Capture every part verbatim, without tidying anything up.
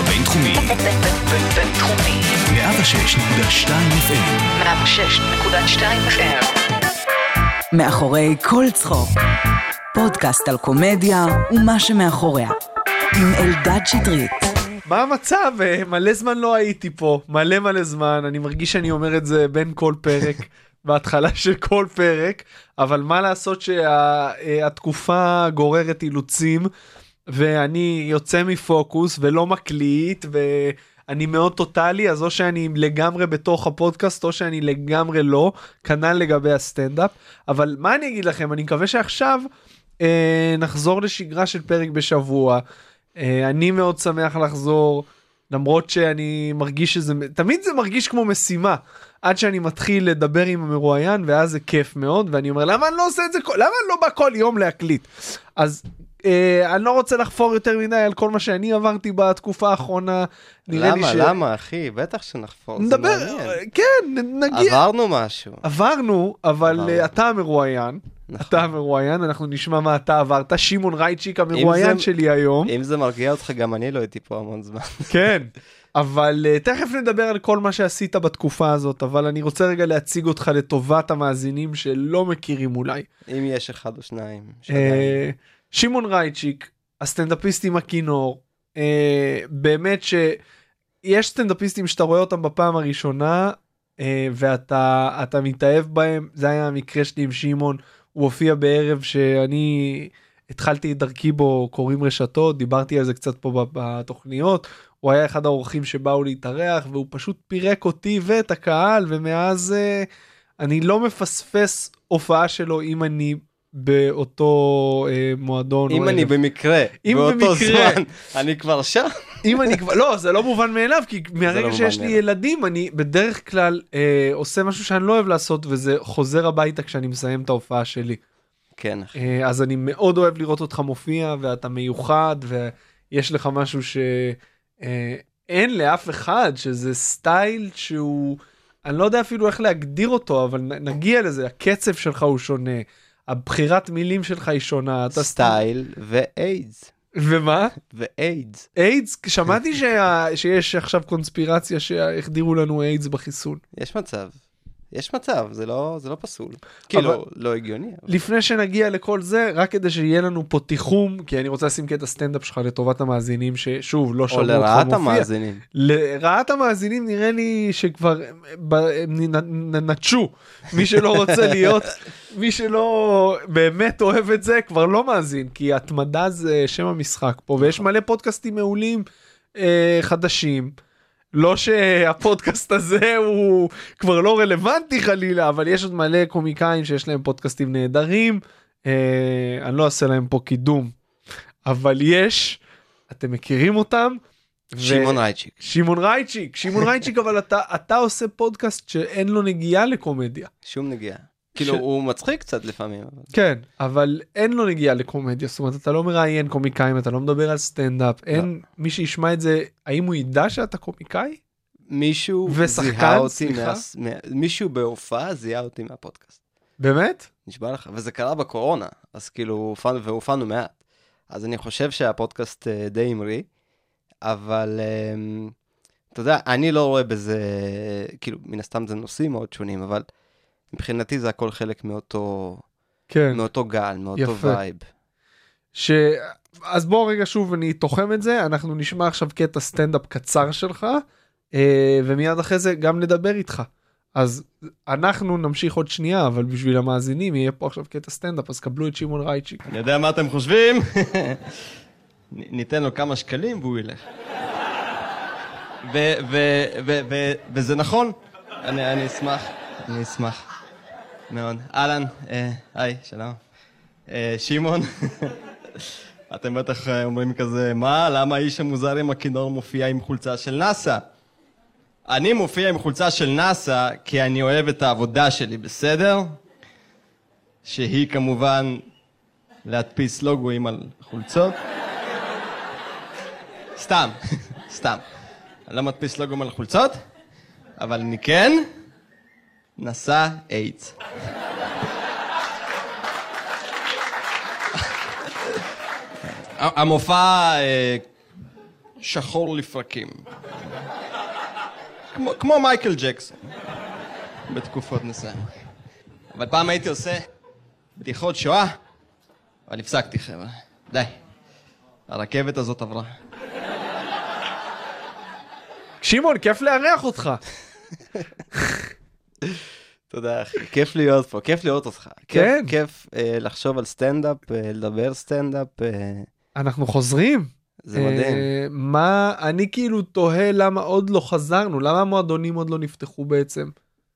הבינתחומי. בינתחומי. מאה ושש נקודה שתיים אף אם. מאה ושש נקודה שתיים אף אם. מאחורי כל צחוק. פודקאסט על קומדיה ומה שמאחוריה. עם אלדד שטרית. מה המצב? מלא זמן לא הייתי פה. מלא מלא זמן. אני מרגיש שאני אומר את זה בין כל פרק. בהתחלה של כל פרק. אבל מה לעשות שהתקופה גוררת אילוצים. ואני יוצא מפוקוס ולא מקליט. ואני מאוד טוטלי. אז או שאני לגמרי בתוך הפודקאסט או שאני לגמרי לא. כנ"ל לגבי הסטנדאפ. אבל מה אני אגיד לכם? אני מקווה שעכשיו אה, נחזור לשגרה של פרק בשבוע. אני מאוד שמח לחזור, למרות שאני מרגיש שזה, תמיד זה מרגיש כמו משימה, עד שאני מתחיל לדבר עם המרואיין, ואז זה כיף מאוד, ואני אומר, למה אני לא עושה את זה, למה אני לא בא כל יום להקליט? אז אה, אני לא רוצה לחפור יותר מדי על כל מה שאני עברתי בתקופה האחרונה. למה, ש... למה, אחי? בטח שנחפור, נדבר, זה מעניין. כן, נגיע. עברנו משהו. עברנו, אבל עברנו. אתה המרואיין. נכון. אתה המרואיין, אנחנו נשמע מה אתה עברת. שמעון רייצ'יק המרואיין זה, שלי היום. אם זה מרגיע אותך, גם אני לא הייתי פה המון זמן. כן, אבל uh, תכף נדבר על כל מה שעשית בתקופה הזאת, אבל אני רוצה רגע להציג אותך לטובת המאזינים שלא מכירים אולי. אם יש אחד או שניים. Uh, שמעון רייצ'יק, הסטנדאפיסט עם הכינור, uh, באמת שיש סטנדאפיסטים שאתה רואה אותם בפעם הראשונה, uh, ואתה אתה מתאהב בהם. זה היה המקרה שלי עם שמעון. הוא הופיע בערב שאני התחלתי את דרכי בו, קוראים רשתות, דיברתי על זה קצת פה בתוכניות, הוא היה אחד האורחים שבאו להתארח, והוא פשוט פירק אותי ואת הקהל, ומאז אני לא מפספס הופעה שלו אם אני באותו אה, מועדון. אם אני ערב. במקרה, באותו במקרה. זמן, אני כבר שם. אם אני כבר, לא, זה לא מובן מאליו, כי מהרגע לא שיש לי מאליו. ילדים, אני בדרך כלל אה, עושה משהו שאני לא אוהב לעשות, וזה חוזר הביתה כשאני מסיים את ההופעה שלי. כן. אה, אז אני מאוד אוהב לראות אותך מופיע, ואתה מיוחד, ויש לך משהו שאין אה, לאף אחד, שזה סטייל שהוא, אני לא יודע אפילו איך להגדיר אותו, אבל נגיע לזה, הקצב שלך הוא שונה, הבחירת מילים שלך היא שונה. סטייל ואיידס. ומה? ואיידס. איידס? שמעתי שה... שיש עכשיו קונספירציה שהחדירו לנו איידס בחיסון. יש מצב. יש מצב, זה לא, זה לא פסול. כאילו, אבל... לא הגיוני. אבל... לפני שנגיע לכל זה, רק כדי שיהיה לנו פה תיחום, כי אני רוצה לשים קטע הסטנדאפ שלך לטובת המאזינים, ששוב, לא שמעו אותך מופיע. או לרעת המאזינים. לרעת המאזינים נראה לי שכבר נטשו. מי שלא רוצה להיות, מי שלא באמת אוהב את זה, כבר לא מאזין, כי התמדה זה שם המשחק פה, ויש מלא פודקאסטים מעולים אה, חדשים. לא שהפודקאסט הזה הוא כבר לא רלוונטי חלילה, אבל יש עוד מלא קומיקאים שיש להם פודקאסטים נהדרים, אה, אני לא אעשה להם פה קידום, אבל יש, אתם מכירים אותם. שמעון רייצ'יק. שמעון רייצ'יק, שמעון רייצ'יק, אבל אתה, אתה עושה פודקאסט שאין לו נגיעה לקומדיה. שום נגיעה. כאילו, הוא מצחיק קצת לפעמים. כן, אבל אין לו נגיעה לקומדיה, זאת אומרת, אתה לא מראיין קומיקאים, אתה לא מדבר על סטנדאפ, אין מי שישמע את זה, האם הוא ידע שאתה קומיקאי? מישהו זיהה אותי, מישהו בהופעה זיהה אותי מהפודקאסט. באמת? נשבע לך, וזה קרה בקורונה, אז כאילו, והופענו מעט. אז אני חושב שהפודקאסט די אמרי, אבל אתה יודע, אני לא רואה בזה, כאילו, מן הסתם זה נושאים מאוד שונים, אבל מבחינתי זה הכל חלק מאותו, כן. מאותו גל, מאותו וייב. ש... אז בוא רגע שוב אני תוחם את זה, אנחנו נשמע עכשיו קטע סטנדאפ קצר שלך, ומיד אחרי זה גם נדבר איתך. אז אנחנו נמשיך עוד שנייה, אבל בשביל המאזינים יהיה פה עכשיו קטע סטנדאפ, אז קבלו את שמעון רייצ'יק. אני יודע מה אתם חושבים? ניתן לו כמה שקלים והוא ילך. ו- ו- ו- ו- וזה נכון, אני, אני אשמח, אני אשמח. מאוד. אהלן, אה, היי, שלום. אה, שמעון, אתם בטח אומרים כזה, מה, למה האיש המוזר עם הכינור מופיע עם חולצה של נאסא? אני מופיע עם חולצה של נאסא כי אני אוהב את העבודה שלי, בסדר? שהיא כמובן להדפיס לוגויים על חולצות. סתם, סתם. אני לא מדפיס לוגויים על חולצות, אבל אני כן נשא איידס. המופע שחור לפרקים. כמו, כמו מייקל ג'קסון, בתקופות מסוימות. אבל פעם הייתי עושה בדיחות שואה, אבל הפסקתי חבר'ה. די, הרכבת הזאת עברה. שמעון, כיף לארח אותך. תודה אחי, כיף להיות פה, כיף לראות אותך. כן. כיף, כיף אה, לחשוב על סטנדאפ, אה, לדבר סטנדאפ. אה, אנחנו חוזרים. זה מדהים. אה, מה, אני כאילו תוהה למה עוד לא חזרנו, למה המועדונים עוד לא נפתחו בעצם?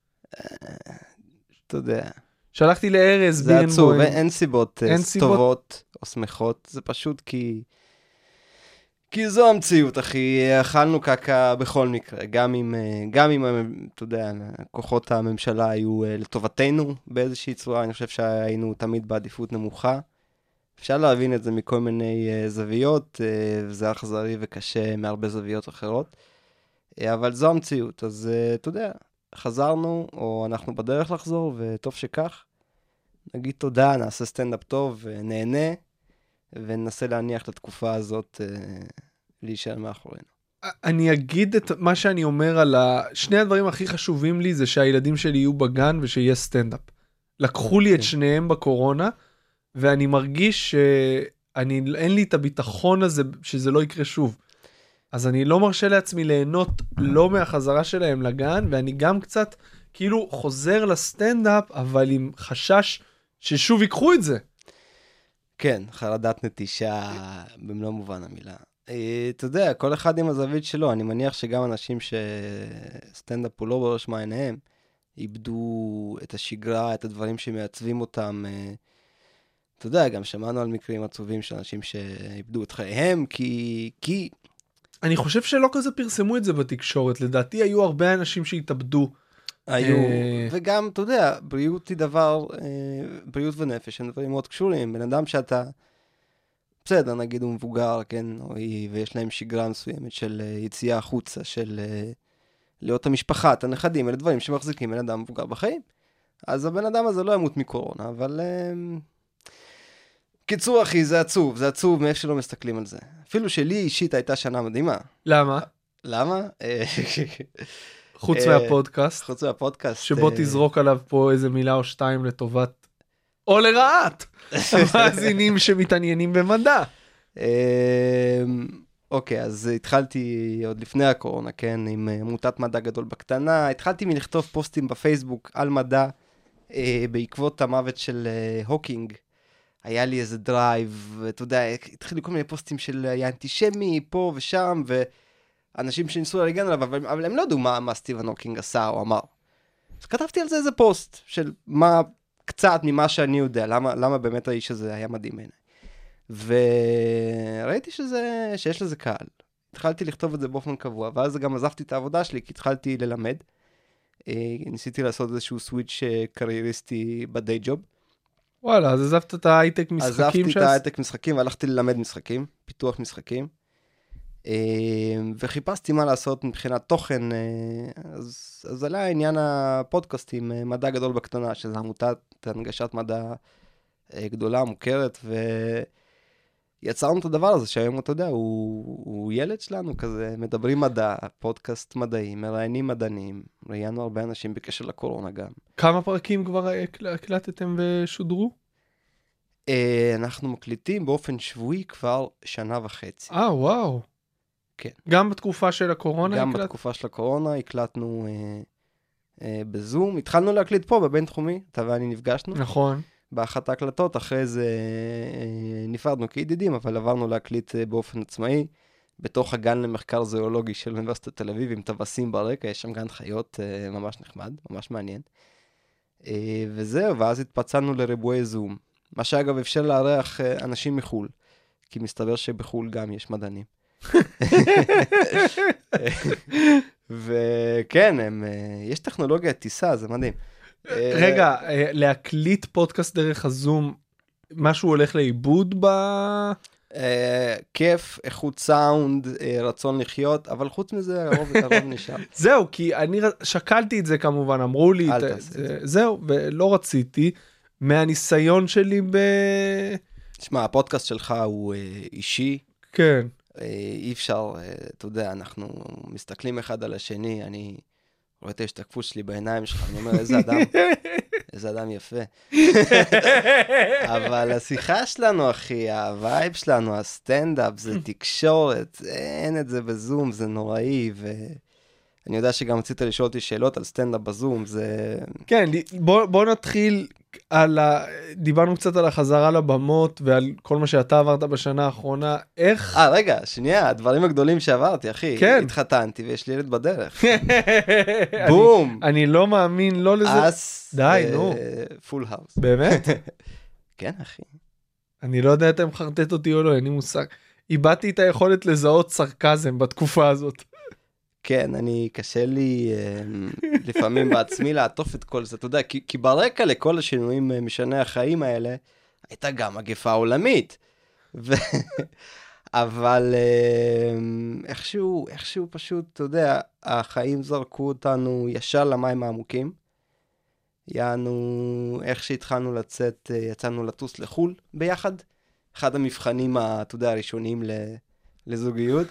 אתה יודע. שלחתי לארז זה עצוב, בירנבוים. ואין סיבות אה, אין סיבות. טובות או שמחות, זה פשוט כי... כי זו המציאות, אחי, אכלנו קקה בכל מקרה, גם אם, גם אם, אתה יודע, כוחות הממשלה היו לטובתנו באיזושהי צורה, אני חושב שהיינו תמיד בעדיפות נמוכה. אפשר להבין את זה מכל מיני זוויות, וזה אכזרי וקשה מהרבה זוויות אחרות, אבל זו המציאות, אז אתה יודע, חזרנו, או אנחנו בדרך לחזור, וטוב שכך. נגיד תודה, נעשה סטנדאפ טוב, נהנה, וננסה להניח לתקופה הזאת אה, להישאר מאחורינו. אני אגיד את מה שאני אומר על ה... שני הדברים הכי חשובים לי זה שהילדים שלי יהיו בגן ושיהיה סטנדאפ. לקחו לי את שניהם בקורונה, ואני מרגיש שאני, אין לי את הביטחון הזה שזה לא יקרה שוב. אז אני לא מרשה לעצמי ליהנות לא מהחזרה שלהם לגן, ואני גם קצת כאילו חוזר לסטנדאפ, אבל עם חשש ששוב ייקחו את זה. כן, חרדת נטישה במלוא מובן המילה. אתה יודע, כל אחד עם הזווית שלו, אני מניח שגם אנשים שסטנדאפ הוא לא בראש מעייניהם, איבדו את השגרה, את הדברים שמעצבים אותם. אתה יודע, גם שמענו על מקרים עצובים של אנשים שאיבדו את חייהם, כי... כי... אני חושב שלא כזה פרסמו את זה בתקשורת, לדעתי היו הרבה אנשים שהתאבדו. היו, וגם, אתה יודע, בריאות היא דבר, בריאות ונפש, הם דברים מאוד קשורים. בן אדם שאתה, בסדר, נגיד הוא מבוגר, כן, ויש להם שגרה מסוימת של יציאה החוצה, של להיות המשפחה, את הנכדים, אלה דברים שמחזיקים בן אדם מבוגר בחיים. אז הבן אדם הזה לא ימות מקורונה, אבל... קיצור, אחי, זה עצוב, זה עצוב מאיפה שלא מסתכלים על זה. אפילו שלי אישית הייתה שנה מדהימה. למה? למה? חוץ מהפודקאסט. חוץ מהפודקאסט. שבוא תזרוק עליו פה איזה מילה או שתיים לטובת, או לרעת, המאזינים שמתעניינים במדע. אוקיי, אז התחלתי עוד לפני הקורונה, כן, עם עמותת מדע גדול בקטנה. התחלתי מלכתוב פוסטים בפייסבוק על מדע, בעקבות המוות של הוקינג. היה לי איזה דרייב, ואתה יודע, התחילו כל מיני פוסטים של היה אנטישמי פה ושם, ואנשים שניסו להגן עליו, אבל, אבל הם לא ידעו מה, מה סטיבן הוקינג עשה או אמר. אז כתבתי על זה איזה פוסט, של מה, קצת ממה שאני יודע, למה, למה באמת האיש הזה היה מדהים בעיניי. וראיתי שזה, שיש לזה קהל. התחלתי לכתוב את זה באופן קבוע, ואז גם עזבתי את העבודה שלי, כי התחלתי ללמד. ניסיתי לעשות איזשהו סוויץ' קרייריסטי בדיי ג'וב. וואלה, אז עזבת את ההייטק משחקים? עזבתי את ההייטק משחקים, והלכתי ללמד משחקים, פיתוח משחקים, וחיפשתי מה לעשות מבחינת תוכן, אז, אז עלה עניין הפודקאסטים, מדע גדול בקטנה, שזו עמותת הנגשת מדע גדולה, מוכרת, ויצרנו את הדבר הזה, שהיום אתה יודע, הוא, הוא ילד שלנו כזה, מדברים מדע, פודקאסט מדעי, מראיינים מדענים, ראיינו הרבה אנשים בקשר לקורונה גם. כמה פרקים כבר הקלטתם ושודרו? אנחנו מקליטים באופן שבועי כבר שנה וחצי. אה, וואו. כן. גם בתקופה של הקורונה? גם הקלט... בתקופה של הקורונה הקלטנו אה, אה, בזום. התחלנו להקליט פה בבין תחומי, אתה ואני נפגשנו. נכון. באחת ההקלטות, אחרי זה אה, נפרדנו כידידים, אבל עברנו להקליט אה, באופן עצמאי, בתוך הגן למחקר זואולוגי של אוניברסיטת תל אביב, עם טווסים ברקע, יש שם גן חיות אה, ממש נחמד, ממש מעניין. אה, וזהו, ואז התפצלנו לריבועי זום. מה שאגב אפשר לארח אה, אנשים מחול, כי מסתבר שבחול גם יש מדענים. וכן, הם, יש טכנולוגיה טיסה, זה מדהים. רגע, להקליט פודקאסט דרך הזום, משהו הולך לאיבוד ב... כיף, איכות סאונד, רצון לחיות, אבל חוץ מזה, הרוב נשאר. זהו, כי אני שקלתי את זה כמובן, אמרו לי, אל תעשה את זה. זהו, ולא רציתי, מהניסיון שלי ב... תשמע, הפודקאסט שלך הוא אישי, כן. אי אפשר, אתה יודע, אנחנו מסתכלים אחד על השני, אני רואה את ההשתקפות שלי בעיניים שלך, אני אומר, איזה אדם, איזה אדם יפה. אבל השיחה שלנו, אחי, הווייב שלנו, הסטנדאפ, זה תקשורת, אין את זה בזום, זה נוראי, ואני יודע שגם רצית לשאול אותי שאלות על סטנדאפ בזום, זה... כן, בוא, בוא נתחיל על ה... דיברנו קצת על החזרה לבמות, ועל כל מה שאתה עברת בשנה האחרונה, איך... אה, רגע, שנייה, הדברים הגדולים שעברתי, אחי. כן. התחתנתי ויש לי ילד בדרך. בום! אני, אני לא מאמין, לא לזה... אס... די, נו. פול האוס. באמת? כן, אחי. אני לא יודע אם חרטט אותי או לא, אין לי מושג. איבדתי את היכולת לזהות סרקזם בתקופה הזאת. כן, אני, קשה לי לפעמים בעצמי לעטוף את כל זה, אתה יודע, כי, כי ברקע לכל השינויים משני החיים האלה, הייתה גם מגפה עולמית. ו... אבל איכשהו, איכשהו פשוט, אתה יודע, החיים זרקו אותנו ישר למים העמוקים. יענו, איך שהתחלנו לצאת, יצאנו לטוס לחול ביחד. אחד המבחנים, אתה יודע, הראשוניים לזוגיות.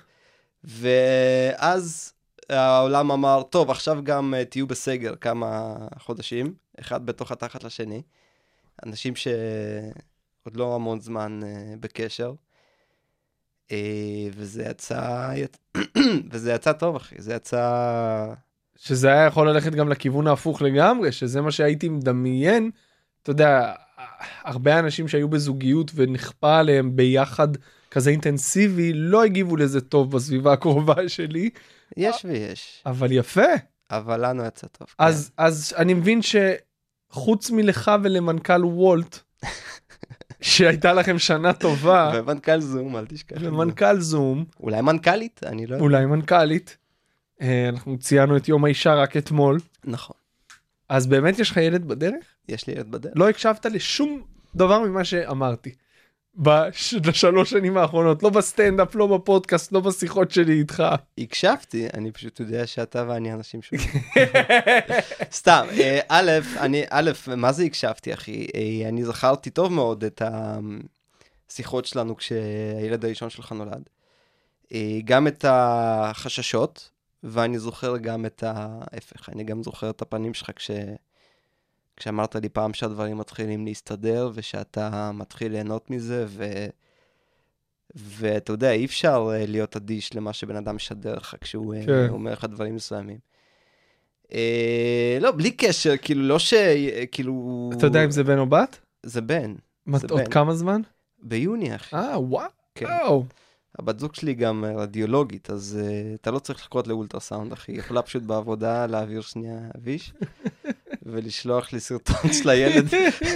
ואז העולם אמר, טוב, עכשיו גם תהיו בסגר כמה חודשים, אחד בתוך התחת לשני. אנשים שעוד לא המון זמן בקשר. וזה יצא, וזה יצא טוב, אחי. זה יצא... שזה היה יכול ללכת גם לכיוון ההפוך לגמרי, שזה מה שהייתי מדמיין. אתה יודע, הרבה אנשים שהיו בזוגיות ונכפה עליהם ביחד כזה אינטנסיבי, לא הגיבו לזה טוב בסביבה הקרובה שלי. יש ויש. אבל יפה. אבל לנו יצא טוב. אז, כן. אז אני מבין שחוץ מלך ולמנכ"ל וולט, שהייתה לכם שנה טובה. ומנכ"ל זום, אל תשכח. ומנכ"ל זום. אולי מנכ"לית, אני לא יודע. אולי מנכ"לית. אנחנו ציינו את יום האישה רק אתמול. נכון. אז באמת יש לך ילד בדרך? יש לי ילד בדרך. לא הקשבת לשום דבר ממה שאמרתי. בשלוש שנים האחרונות, לא בסטנדאפ, לא בפודקאסט, לא בשיחות שלי איתך. הקשבתי, אני פשוט יודע שאתה ואני אנשים שונים. סתם, א', אני, א', מה זה הקשבתי, אחי? אני זכרתי טוב מאוד את השיחות שלנו כשהילד הראשון שלך נולד. גם את החששות, ואני זוכר גם את ההפך. אני גם זוכר את הפנים שלך כש... כשאמרת לי פעם שהדברים מתחילים להסתדר, ושאתה מתחיל ליהנות מזה, ו... ואתה יודע, אי אפשר להיות אדיש למה שבן אדם משדר לך, כשהוא כן. אומר לך דברים מסוימים. אה, לא, בלי קשר, כאילו, לא ש... כאילו... אתה יודע אם זה בן או בת? זה בן. מת... זה עוד בן. כמה זמן? ביוני, אחי. אה, וואו. כן. וואו. הבת זוג שלי גם רדיולוגית, אז uh, אתה לא צריך לחכות לאולטרסאונד, אחי. היא יכולה פשוט בעבודה להעביר שנייה ויש, ולשלוח לי סרטון של הילד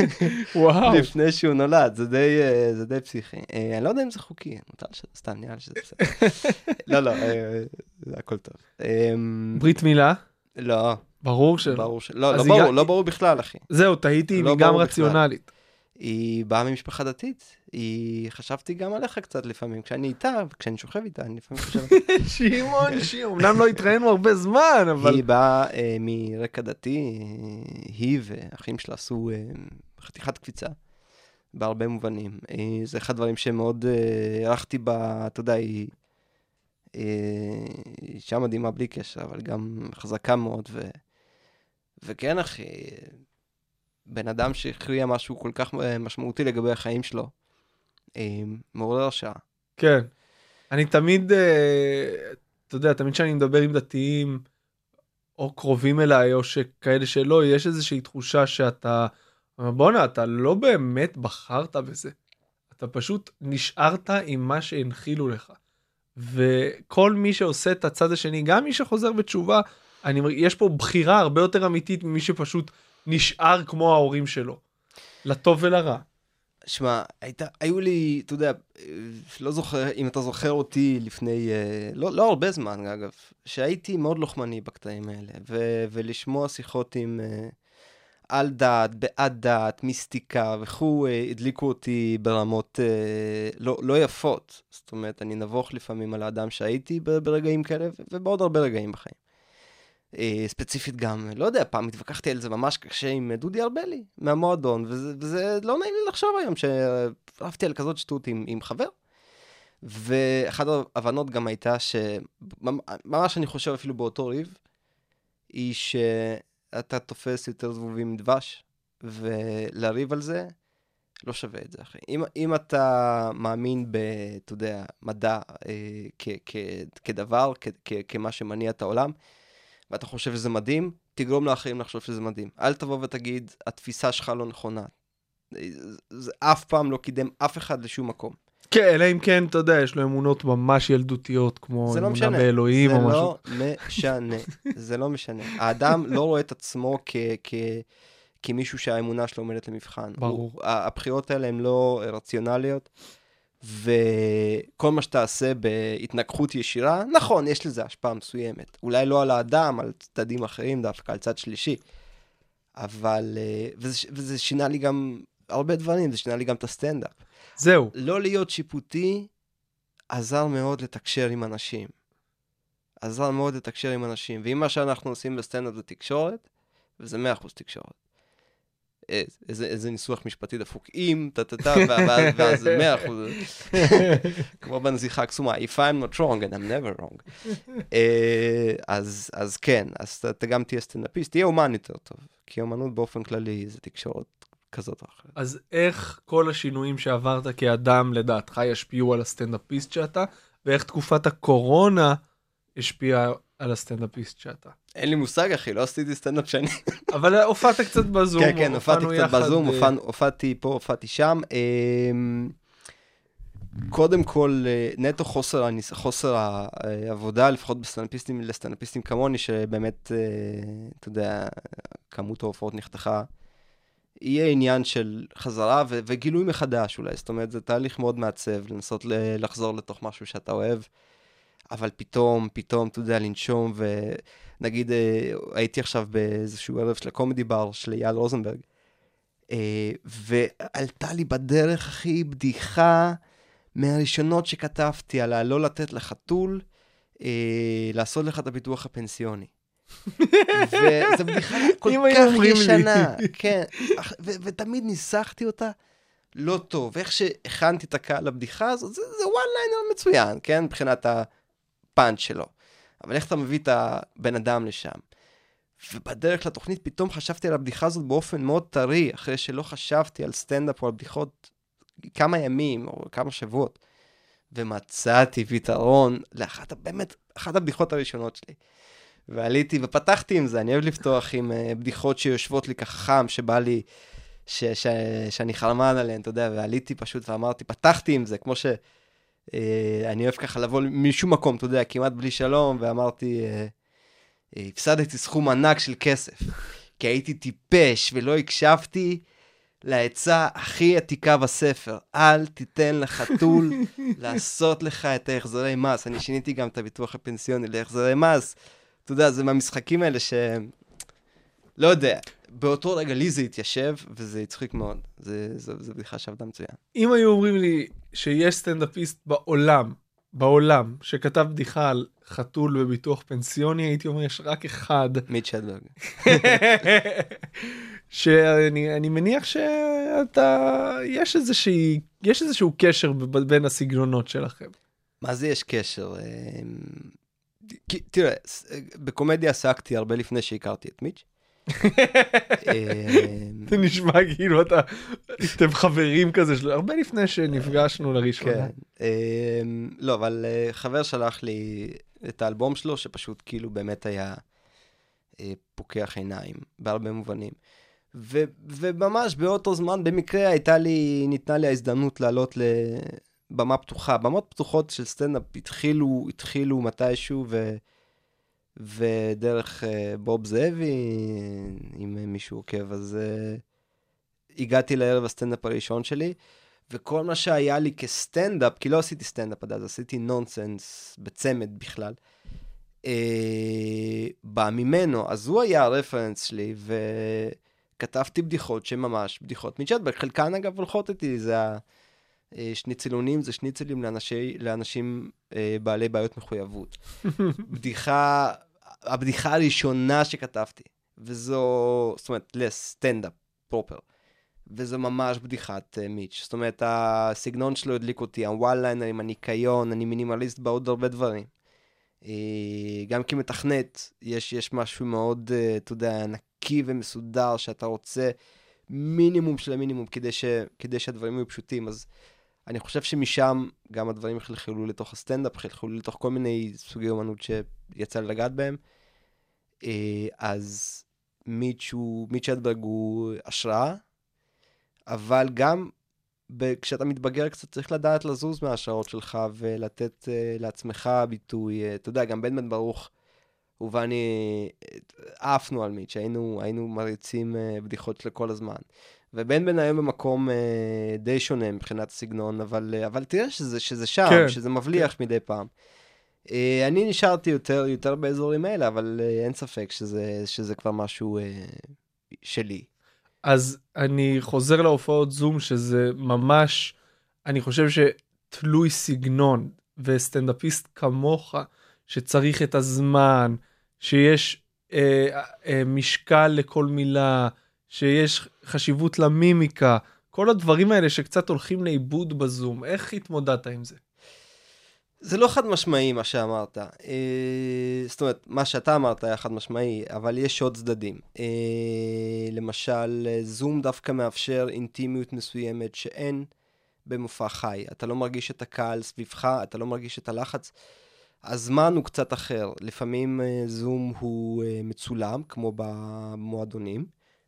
לפני שהוא נולד. זה די, uh, זה די פסיכי. Uh, אני לא יודע אם זה חוקי, סתם נראה לי שזה בסדר. לא, לא, זה הכל טוב. ברית מילה? לא. ברור שלא. ברור שלא. לא, לא ברור, לא ברור בכלל, אחי. זהו, תהיתי, היא גם רציונלית. היא באה ממשפחה דתית, היא חשבתי גם עליך קצת לפעמים, כשאני איתה, כשאני שוכב איתה, אני לפעמים חושב... שימון, שימון, אמנם לא התראינו הרבה זמן, אבל... היא באה אה, מרקע דתי, אה, היא ואחים שלה עשו אה, חתיכת קפיצה, בהרבה מובנים. אה, זה אחד הדברים שמאוד אה, ערכתי בה, אתה יודע, היא אה, אישה מדהימה בלי קשר, אבל גם חזקה מאוד, ו... וכן אחי... בן אדם שהכריע משהו כל כך משמעותי לגבי החיים שלו, מעורר הרשעה. כן. אני תמיד, אתה יודע, תמיד שאני מדבר עם דתיים, או קרובים אליי, או שכאלה שלא, יש איזושהי תחושה שאתה, בונה, אתה לא באמת בחרת בזה. אתה פשוט נשארת עם מה שהנחילו לך. וכל מי שעושה את הצד השני, גם מי שחוזר בתשובה, אני, יש פה בחירה הרבה יותר אמיתית ממי שפשוט נשאר כמו ההורים שלו, לטוב ולרע. שמע, היית, היו לי, אתה יודע, לא זוכר, אם אתה זוכר אותי לפני, לא, לא הרבה זמן, אגב, שהייתי מאוד לוחמני בקטעים האלה, ו, ולשמוע שיחות עם על דעת, בעד דעת, מיסטיקה, וכו', הדליקו אותי ברמות לא, לא יפות. זאת אומרת, אני נבוך לפעמים על האדם שהייתי ברגעים כאלה, ובעוד הרבה רגעים בחיים. ספציפית גם, לא יודע, פעם התווכחתי על זה ממש קשה עם דודי ארבלי מהמועדון, וזה, וזה לא נעים לי לחשוב היום שאהבתי על כזאת שטות עם, עם חבר. ואחת ההבנות גם הייתה שממש אני חושב אפילו באותו ריב, היא שאתה תופס יותר זבובים מדבש, ולריב על זה, לא שווה את זה, אחי. אם, אם אתה מאמין ב, אתה יודע, מדע אה, כ, כ, כדבר, כ, כ, כמה שמניע את העולם, ואתה חושב שזה מדהים, תגרום לאחרים לחשוב שזה מדהים. אל תבוא ותגיד, התפיסה שלך לא נכונה. זה אף פעם לא קידם אף אחד לשום מקום. כן, אלא אם כן, אתה יודע, יש לו אמונות ממש ילדותיות, כמו אמונה באלוהים או משהו. זה לא משנה, זה לא משנה. האדם לא רואה את עצמו כ... כ... כמישהו שהאמונה שלו עומדת למבחן. ברור. הוא, הבחירות האלה הן לא רציונליות, וכל מה שתעשה בהתנגחות ישירה, נכון, יש לזה השפעה מסוימת. אולי לא על האדם, על צדדים אחרים, דווקא על צד שלישי. אבל, וזה, וזה שינה לי גם הרבה דברים, זה שינה לי גם את הסטנדאפ. זהו. לא להיות שיפוטי עזר מאוד לתקשר עם אנשים. עזר מאוד לתקשר עם אנשים. ואם מה שאנחנו עושים בסטנדאפ זה תקשורת, וזה מאה אחוז תקשורת. איזה, איזה ניסוח משפטי דפוק. אם, טטטה, ואז זה מאה אחוז. כמו בנזיחה הקסומה. If I'm not wrong, and I'm never wrong. אז, אז כן, אז אתה גם תהיה סטנדאפיסט, תהיה אומן יותר טוב. כי אומנות באופן כללי זה תקשורת כזאת או אחרת. אז איך כל השינויים שעברת כאדם לדעתך ישפיעו על הסטנדאפיסט שאתה, ואיך תקופת הקורונה השפיעה על הסטנדאפיסט שאתה? אין לי מושג, אחי, לא עשיתי סטנדאפ שני. אבל הופעת קצת בזום. כן, כן, הופעתי קצת בזום, הופעתי פה, הופעתי שם. קודם כל, נטו חוסר, חוסר העבודה, לפחות בסטנדאפיסטים, לסטנדאפיסטים כמוני, שבאמת, אתה יודע, כמות ההופעות נחתכה, יהיה עניין של חזרה ו- וגילוי מחדש אולי. זאת אומרת, זה תהליך מאוד מעצב, לנסות ל- לחזור לתוך משהו שאתה אוהב, אבל פתאום, פתאום, אתה יודע, לנשום, ונגיד, אה, הייתי עכשיו באיזשהו ערב של הקומדי בר של אייל רוזנברג, אה, ועלתה לי בדרך הכי בדיחה מהראשונות שכתבתי, על הלא לתת לחתול, אה, לעשות לך את הביטוח הפנסיוני. וזו בדיחה כל כך ישנה, כן, ותמיד ניסחתי אותה לא טוב, ואיך שהכנתי את הקהל לבדיחה הזאת, זה וואן ליינר מצוין, כן, מבחינת הפאנץ' שלו, אבל איך אתה מביא את הבן אדם לשם, ובדרך לתוכנית פתאום חשבתי על הבדיחה הזאת באופן מאוד טרי, אחרי שלא חשבתי על סטנדאפ או על בדיחות כמה ימים או כמה שבועות, ומצאתי פתרון לאחת, באמת, אחת הבדיחות הראשונות שלי. ועליתי ופתחתי עם זה, אני אוהב לפתוח עם uh, בדיחות שיושבות לי ככה חם, שבא לי, ש, ש, שאני חלמן עליהן, אתה יודע, ועליתי פשוט ואמרתי, פתחתי עם זה, כמו שאני uh, אוהב ככה לבוא משום מקום, אתה יודע, כמעט בלי שלום, ואמרתי, uh, uh, הפסדתי סכום ענק של כסף, כי הייתי טיפש ולא הקשבתי לעצה הכי עתיקה בספר, אל תיתן לחתול לעשות לך את ההחזרי מס, אני שיניתי גם את הביטוח הפנסיוני להחזרי מס, אתה יודע, זה מהמשחקים האלה ש... לא יודע, באותו רגע לי זה התיישב, וזה יצחיק מאוד. זה, זה, זה בדיחה שעבדה מצוין. אם היו אומרים לי שיש סטנדאפיסט בעולם, בעולם, שכתב בדיחה על חתול בביטוח פנסיוני, הייתי אומר, יש רק אחד. מיץ' הדברג. שאני אני מניח שאתה... יש איזושהי, יש איזשהו קשר בין הסגנונות שלכם. מה זה יש קשר? כי, תראה, בקומדיה עסקתי הרבה לפני שהכרתי את מיץ'. זה נשמע כאילו אתה, אתם חברים כזה, הרבה לפני שנפגשנו לראשונה. לא, אבל חבר שלח לי את האלבום שלו, שפשוט כאילו באמת היה פוקח עיניים, בהרבה מובנים. וממש באותו זמן, במקרה הייתה לי, ניתנה לי ההזדמנות לעלות ל... במה פתוחה, במות פתוחות של סטנדאפ התחילו, התחילו מתישהו, ו... ודרך uh, בוב זאבי, אם מישהו עוקב, אז uh, הגעתי לערב הסטנדאפ הראשון שלי, וכל מה שהיה לי כסטנדאפ, כי לא עשיתי סטנדאפ עד אז, עשיתי נונסנס בצמד בכלל, uh, בא ממנו, אז הוא היה הרפרנס שלי, וכתבתי בדיחות שממש בדיחות מצ'טבק, חלקן אגב הולכות איתי, זה ה... שניצלונים זה שניצלים לאנשי, לאנשים אה, בעלי בעיות מחויבות. בדיחה, הבדיחה הראשונה שכתבתי, וזו, זאת אומרת, לסטנדאפ פרופר. וזה ממש בדיחת uh, מיץ'. זאת אומרת, הסגנון שלו הדליק אותי, הוואן ליינרים, הניקיון, אני מינימליסט בעוד הרבה דברים. Uh, גם כמתכנת, יש, יש משהו מאוד, uh, אתה יודע, נקי ומסודר, שאתה רוצה מינימום של המינימום, כדי, ש, כדי שהדברים יהיו פשוטים. אז אני חושב שמשם גם הדברים חלחלו לתוך הסטנדאפ, חלחלו לתוך כל מיני סוגי אומנות שיצא לגעת בהם. Uh, אז מיץ' הוא, מיץ' אדברג הוא השראה, אבל גם ב- כשאתה מתבגר קצת צריך לדעת לזוז מההשראות שלך ולתת uh, לעצמך ביטוי. Uh, אתה יודע, גם בן בן ברוך, הוא ואני עפנו על מיץ', היינו, היינו מריצים uh, בדיחות של כל הזמן. ובן בן היום במקום uh, די שונה מבחינת הסגנון, אבל, uh, אבל תראה שזה, שזה שם, כן, שזה מבליח כן. מדי פעם. Uh, אני נשארתי יותר, יותר באזורים האלה, אבל uh, אין ספק שזה, שזה כבר משהו uh, שלי. אז אני חוזר להופעות זום, שזה ממש, אני חושב שתלוי סגנון, וסטנדאפיסט כמוך, שצריך את הזמן, שיש אה, אה, משקל לכל מילה, שיש חשיבות למימיקה, כל הדברים האלה שקצת הולכים לאיבוד בזום, איך התמודדת עם זה? זה לא חד משמעי מה שאמרת. אה, זאת אומרת, מה שאתה אמרת היה חד משמעי, אבל יש עוד צדדים. אה, למשל, זום דווקא מאפשר אינטימיות מסוימת שאין במופע חי. אתה לא מרגיש את הקהל סביבך, אתה לא מרגיש את הלחץ. הזמן הוא קצת אחר. לפעמים אה, זום הוא אה, מצולם, כמו במועדונים,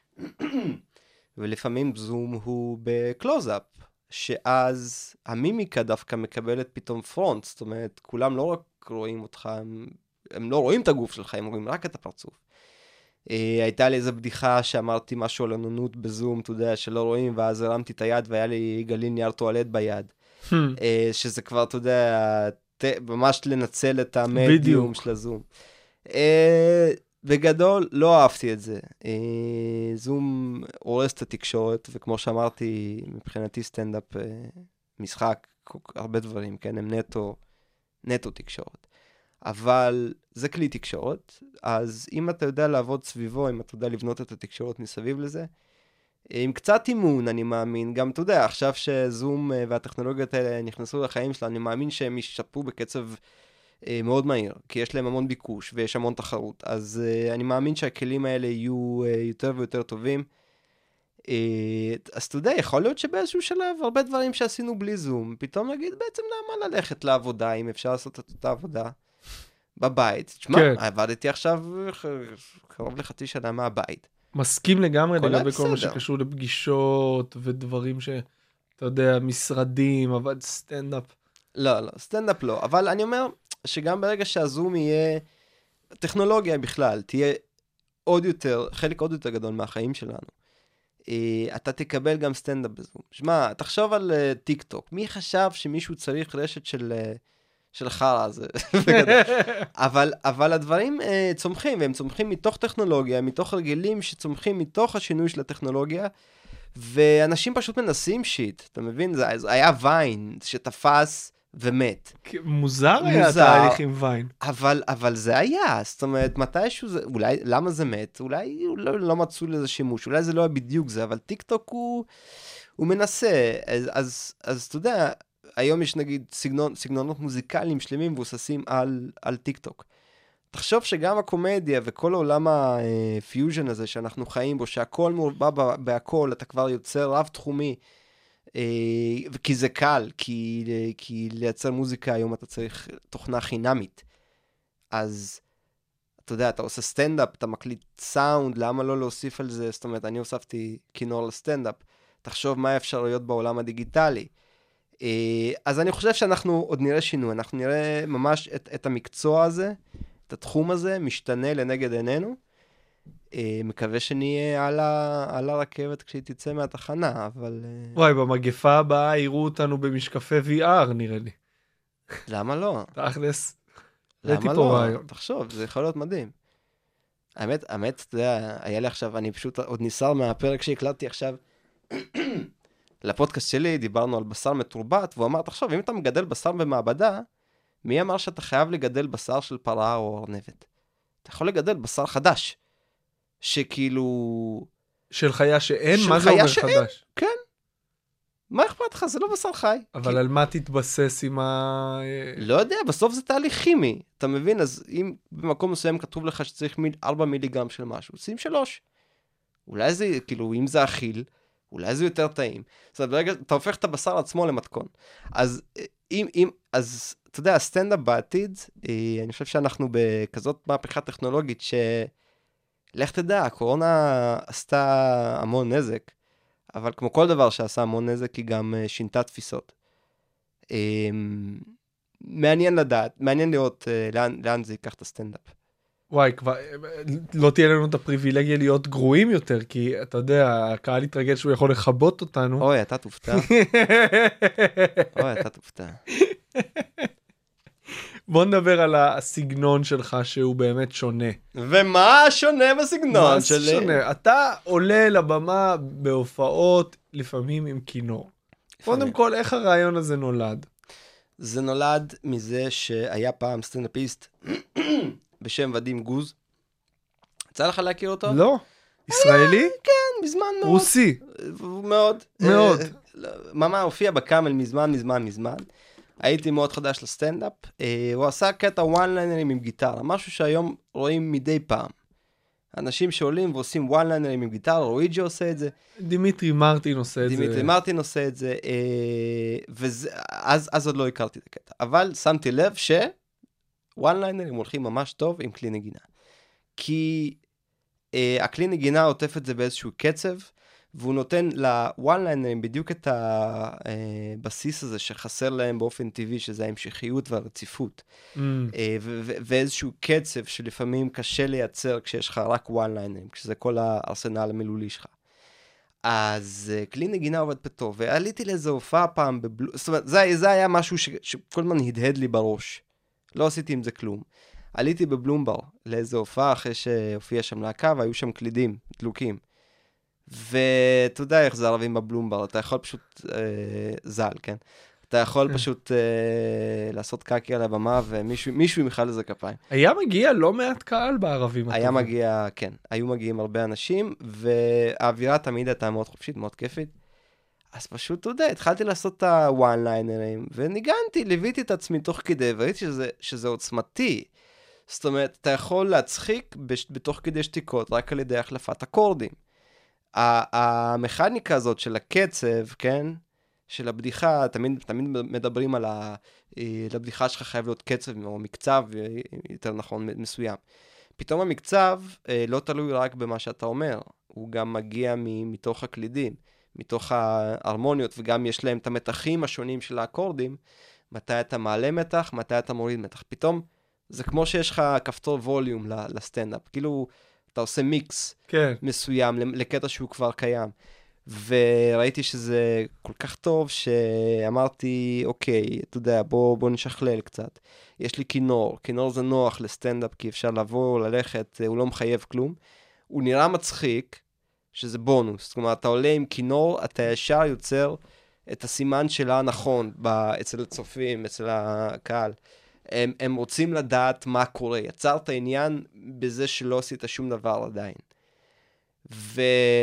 ולפעמים זום הוא בקלוז-אפ. שאז המימיקה דווקא מקבלת פתאום פרונט, זאת אומרת, כולם לא רק רואים אותך, הם, הם לא רואים את הגוף שלך, הם רואים רק את הפרצוף. אה, הייתה לי איזו בדיחה שאמרתי משהו על עננות בזום, אתה יודע, שלא רואים, ואז הרמתי את היד והיה לי גליל נייר טואלט ביד. אה, שזה כבר, אתה יודע, ת, ממש לנצל את המדיום של הזום. אה, בגדול, לא אהבתי את זה. אה, זום הורס את התקשורת, וכמו שאמרתי, מבחינתי סטנדאפ, אה, משחק, הרבה דברים, כן, הם נטו, נטו תקשורת. אבל זה כלי תקשורת, אז אם אתה יודע לעבוד סביבו, אם אתה יודע לבנות את התקשורת מסביב לזה, עם קצת אימון, אני מאמין, גם אתה יודע, עכשיו שזום והטכנולוגיות האלה נכנסו לחיים שלה, אני מאמין שהם ישפרו בקצב מאוד מהיר, כי יש להם המון ביקוש ויש המון תחרות, אז uh, אני מאמין שהכלים האלה יהיו uh, יותר ויותר טובים. Uh, אז אתה יודע, יכול להיות שבאיזשהו שלב, הרבה דברים שעשינו בלי זום, פתאום נגיד בעצם למה ללכת לעבודה, אם אפשר לעשות את אותה עבודה בבית. תשמע, כן. עבדתי עכשיו קרוב לחצי שנה מהבית. מסכים לגמרי לגבי כל מה שקשור לפגישות ודברים שאתה יודע, משרדים, עבד סטנדאפ. לא, לא, סטנדאפ לא, אבל אני אומר שגם ברגע שהזום יהיה, טכנולוגיה בכלל, תהיה עוד יותר, חלק עוד יותר גדול מהחיים שלנו, אתה תקבל גם סטנדאפ בזום. שמע, תחשוב על טיק טוק, מי חשב שמישהו צריך רשת של, של חרה הזה? אבל, אבל הדברים צומחים, והם צומחים מתוך טכנולוגיה, מתוך רגילים שצומחים מתוך השינוי של הטכנולוגיה, ואנשים פשוט מנסים שיט, אתה מבין? זה, זה היה ויין שתפס ומת. מוזר היה תהליך עם ויין. אבל, אבל זה היה, זאת אומרת, מתישהו זה, אולי, למה זה מת? אולי לא, לא מצאו לזה שימוש, אולי זה לא היה בדיוק זה, אבל טיק טוק הוא, הוא מנסה, אז, אז, אז אתה יודע, היום יש נגיד סגנון, סגנונות מוזיקליים שלמים מבוססים על, על טיק טוק. תחשוב שגם הקומדיה וכל העולם הפיוז'ן הזה שאנחנו חיים בו, שהכל מורבע בהכל, אתה כבר יוצר רב תחומי, כי זה קל, כי, כי לייצר מוזיקה היום אתה צריך תוכנה חינמית. אז אתה יודע, אתה עושה סטנדאפ, אתה מקליט סאונד, למה לא להוסיף על זה? זאת אומרת, אני הוספתי כינור לסטנדאפ. תחשוב מה האפשרויות בעולם הדיגיטלי. אז אני חושב שאנחנו עוד נראה שינוי, אנחנו נראה ממש את, את המקצוע הזה, את התחום הזה, משתנה לנגד עינינו. מקווה שנהיה על, ה, על הרכבת כשהיא תצא מהתחנה, אבל... וואי, במגפה הבאה יראו אותנו במשקפי וי אר, נראה לי. למה לא? תכלס. למה לא? תחשוב, זה יכול להיות מדהים. האמת, האמת, אתה יודע, היה לי עכשיו, אני פשוט עוד ניסר מהפרק שהקלטתי עכשיו, לפודקאסט שלי דיברנו על בשר מתורבת, והוא אמר, תחשוב, אם אתה מגדל בשר במעבדה, מי אמר שאתה חייב לגדל בשר של פרה או ארנבת? אתה יכול לגדל בשר חדש, שכאילו של חיה שאין? של מה זה חיה אומר שאין. חדש? כן. מה אכפת לך? זה לא בשר חי. אבל כי... על מה תתבסס עם ה... לא יודע, בסוף זה תהליך כימי. אתה מבין? אז אם במקום מסוים כתוב לך שצריך ארבע מיליגרם של משהו, שים שלוש. אולי זה, כאילו, אם זה אכיל, אולי זה יותר טעים. זאת אומרת, ברגע, אתה הופך את הבשר עצמו למתכון. אז אם, אם, אז, אתה יודע, הסטנדאפ בעתיד, אני חושב שאנחנו בכזאת מהפכה טכנולוגית, שלך תדע, הקורונה עשתה המון נזק, אבל כמו כל דבר שעשה המון נזק, היא גם שינתה תפיסות. מעניין לדעת, מעניין לראות לאן, לאן זה ייקח את הסטנדאפ. וואי, כבר, לא תהיה לנו את הפריבילגיה להיות גרועים יותר, כי אתה יודע, הקהל יתרגל שהוא יכול לחבות אותנו. אוי, אתה תופתע. אוי, אתה תופתע. בוא נדבר על הסגנון שלך שהוא באמת שונה. ומה שונה בסגנון מה שלי? שונה? אתה עולה לבמה בהופעות, לפעמים עם כינור. קודם כל, איך הרעיון הזה נולד? זה נולד מזה שהיה פעם סטנדאפיסט בשם ודים גוז. יצא לך להכיר אותו? לא. ישראלי? כן, מזמן מאוד. רוסי. מאוד. מאוד. ממש הופיע בקאמל מזמן, מזמן, מזמן. הייתי מאוד חדש לסטנדאפ. הוא עשה קטע וואן ליינרים עם גיטרה, משהו שהיום רואים מדי פעם. אנשים שעולים ועושים וואן ליינרים עם גיטרה, רויג'י עושה את זה. דימיטרי מרטין עושה את זה. דימיטרי מרטין עושה את זה, ואז עוד לא הכרתי את הקטע. אבל שמתי לב ש... וואן ליינרים הולכים ממש טוב עם כלי נגינה. כי אה, הכלי נגינה עוטף את זה באיזשהו קצב, והוא נותן לוואן ליינרים בדיוק את הבסיס הזה שחסר להם באופן טבעי, שזה ההמשכיות והרציפות. Mm. אה, ו- ו- ואיזשהו קצב שלפעמים קשה לייצר כשיש לך רק וואן ליינרים, כשזה כל הארסנל המילולי שלך. אז uh, כלי נגינה עובד בטוב, ועליתי לאיזו הופעה פעם בבלו... זאת אומרת, זה, זה היה משהו ש- שכל הזמן הדהד לי בראש. לא עשיתי עם זה כלום. עליתי בבלומבר לאיזו הופעה אחרי שהופיע שם להקה, והיו שם קלידים, דלוקים. ואתה יודע איך זה ערבים בבלומבר, אתה יכול פשוט, אה, זל, כן? אתה יכול פשוט אה, לעשות קקי על הבמה, ומישהו ימחא לזה כפיים. היה מגיע לא מעט קהל בערבים. היה מגיע, כן. היו מגיעים הרבה אנשים, והאווירה תמיד הייתה מאוד חופשית, מאוד כיפית. אז פשוט, אתה יודע, התחלתי לעשות את הוואן ליינרים, וניגנתי, ליוויתי את עצמי תוך כדי, וראיתי שזה, שזה עוצמתי. זאת אומרת, אתה יכול להצחיק בתוך כדי שתיקות, רק על ידי החלפת אקורדים. המכניקה הזאת של הקצב, כן? של הבדיחה, תמיד, תמיד מדברים על ה... לבדיחה שלך חייב להיות קצב, או מקצב, יותר נכון, מסוים. פתאום המקצב לא תלוי רק במה שאתה אומר, הוא גם מגיע מתוך הקלידים. מתוך ההרמוניות, וגם יש להם את המתחים השונים של האקורדים, מתי אתה מעלה מתח, מתי אתה מוריד מתח. פתאום, זה כמו שיש לך כפתור ווליום לסטנדאפ, כאילו אתה עושה מיקס כן. מסוים לקטע שהוא כבר קיים. וראיתי שזה כל כך טוב, שאמרתי, אוקיי, אתה יודע, בוא, בוא נשכלל קצת. יש לי כינור, כינור זה נוח לסטנדאפ, כי אפשר לבוא, ללכת, הוא לא מחייב כלום. הוא נראה מצחיק, שזה בונוס. זאת אומרת, אתה עולה עם כינור, אתה ישר יוצר את הסימן שלה נכון, אצל הצופים, אצל הקהל. הם, הם רוצים לדעת מה קורה. יצרת עניין בזה שלא עשית שום דבר עדיין. ו...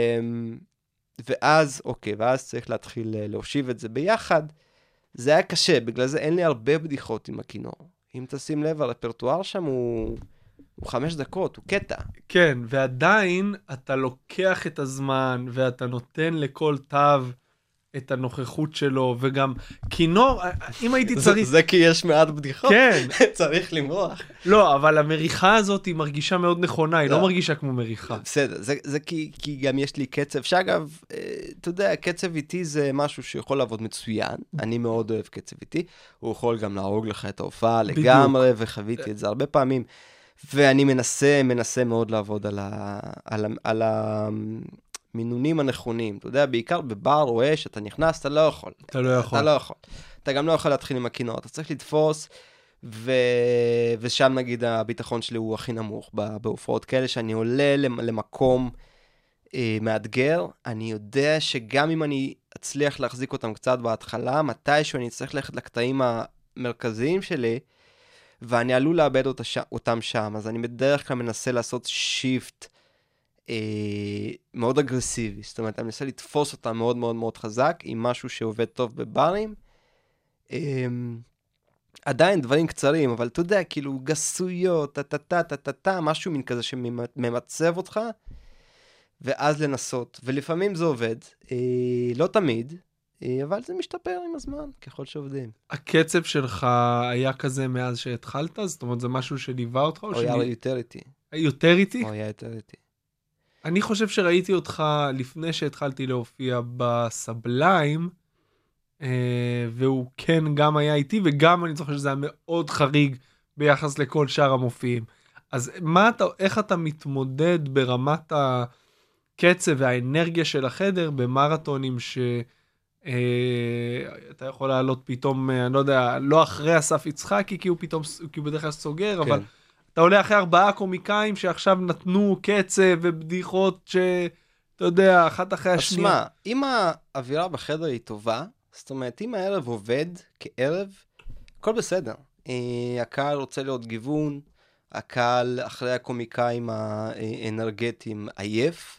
ואז, אוקיי, ואז צריך להתחיל להושיב את זה ביחד. זה היה קשה, בגלל זה אין לי הרבה בדיחות עם הכינור. אם תשים לב, הרפרטואר שם הוא... הוא חמש דקות, הוא קטע. כן, ועדיין אתה לוקח את הזמן, ואתה נותן לכל תו את הנוכחות שלו, וגם כינור, אם הייתי צריך... זה כי יש מעט בדיחות. כן. צריך למרוח. לא, אבל המריחה הזאת היא מרגישה מאוד נכונה, היא לא מרגישה כמו מריחה. בסדר, זה כי גם יש לי קצב, שאגב, אתה יודע, קצב איטי זה משהו שיכול לעבוד מצוין, אני מאוד אוהב קצב איטי, הוא יכול גם להרוג לך את ההופעה לגמרי, וחוויתי את זה הרבה פעמים. ואני מנסה, מנסה מאוד לעבוד על ה, על ה, על המינונים הנכונים. אתה יודע, בעיקר בבר רואה שאתה נכנס, אתה לא יכול. אתה לא יכול. אתה לא יכול. אתה גם לא יכול להתחיל עם הכינור. אתה צריך לתפוס, ו... ושם נגיד הביטחון שלי הוא הכי נמוך בהופעות כאלה, שאני עולה למקום אה, מאתגר. אני יודע שגם אם אני אצליח להחזיק אותם קצת בהתחלה, מתישהו אני צריך ללכת לקטעים המרכזיים שלי, ואני עלול לאבד אותם שם, אז אני בדרך כלל מנסה לעשות שיפט אה, מאוד אגרסיבי. זאת אומרת, אני מנסה לתפוס אותה מאוד מאוד מאוד חזק, עם משהו שעובד טוב בברים. אה, עדיין דברים קצרים, אבל אתה יודע, כאילו גסויות, טה-טה-טה, טה-טה-טה, משהו מין כזה שממצב אותך, ואז לנסות. ולפעמים זה עובד, אה, לא תמיד, אה, אבל זה משתפר עם הזמן, ככל שעובדים. הקצב שלך היה כזה מאז שהתחלת? זאת אומרת, זה משהו שליווה אותך? או הוא היה יותר איתי. יותר איתי? הוא היה יותר איתי. אני חושב שראיתי אותך לפני שהתחלתי להופיע בסבליים, והוא כן גם היה איתי, וגם אני זוכר שזה היה מאוד חריג ביחס לכל שאר המופיעים. אז מה אתה, איך אתה מתמודד ברמת הקצב והאנרגיה של החדר במרתונים שאתה יכול לעלות פתאום, אני לא יודע, לא אחרי אסף יצחקי, כי הוא פתאום, כי הוא בדרך כלל סוגר, אבל אתה עולה אחרי ארבעה קומיקאים שעכשיו נתנו קצב ובדיחות שאתה יודע, אחת אחרי השנייה. אז מה, אם האווירה בחדר היא טובה, זאת אומרת, אם הערב עובד כערב, הכל בסדר. הקהל רוצה להיות גיוון, הקהל אחרי הקומיקאים האנרגטיים עייף.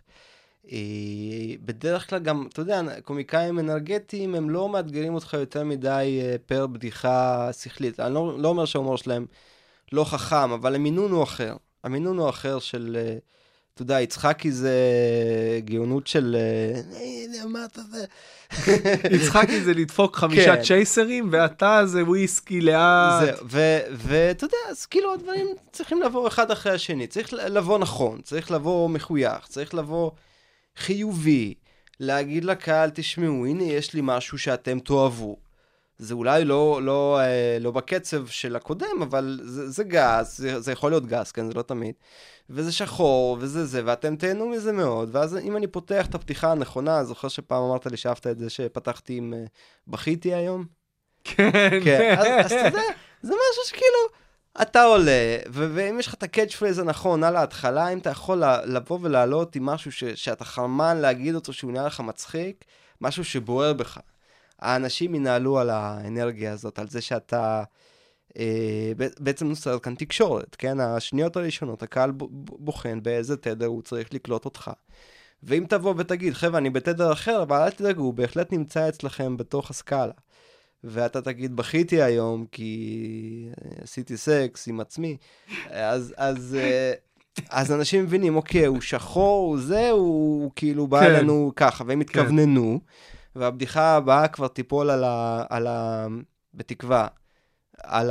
בדרך כלל גם, אתה יודע, קומיקאים אנרגטיים הם לא מאתגרים אותך יותר מדי פר בדיחה שכלית. אני לא, לא אומר שההומור שלהם לא חכם, אבל המינון הוא אחר. המינון הוא אחר של... אתה יודע, יצחקי זה גאונות של... מה אתה זה? יצחקי זה לדפוק חמישה צ'ייסרים, ואתה זה וויסקי לאט. ואתה יודע, אז כאילו הדברים צריכים לבוא אחד אחרי השני. צריך לבוא נכון, צריך לבוא מחוייך, צריך לבוא חיובי, להגיד לקהל, תשמעו, הנה יש לי משהו שאתם תאהבו. זה אולי לא, לא, לא בקצב של הקודם, אבל זה, זה גס, זה, זה יכול להיות גס, כן, זה לא תמיד. וזה שחור, וזה זה, ואתם תהנו מזה מאוד. ואז אם אני פותח את הפתיחה הנכונה, זוכר שפעם אמרת לי שאהבת את זה שפתחתי עם בכיתי היום? כן. כן, אז, אז אתה יודע, זה משהו שכאילו, אתה עולה, ו- ואם יש לך את הקאץ' פרייז הנכון על ההתחלה, אם אתה יכול לבוא ולעלות עם משהו ש- שאתה חרמן להגיד אותו שהוא נראה לך מצחיק, משהו שבוער בך. האנשים ינהלו על האנרגיה הזאת, על זה שאתה אה, בעצם נוסעת כאן תקשורת, כן? השניות הראשונות, הקהל בוחן באיזה תדר הוא צריך לקלוט אותך. ואם תבוא ותגיד, חבר'ה, אני בתדר אחר, אבל אל תדאגו, הוא בהחלט נמצא אצלכם בתוך הסקאלה. ואתה תגיד, בכיתי היום, כי עשיתי סקס עם עצמי, אז, אז, אז אנשים מבינים, אוקיי, הוא שחור, הוא זה, הוא, הוא כאילו בא כן. לנו ככה, והם התכווננו, והבדיחה הבאה כבר תיפול על ה... על ה בתקווה, על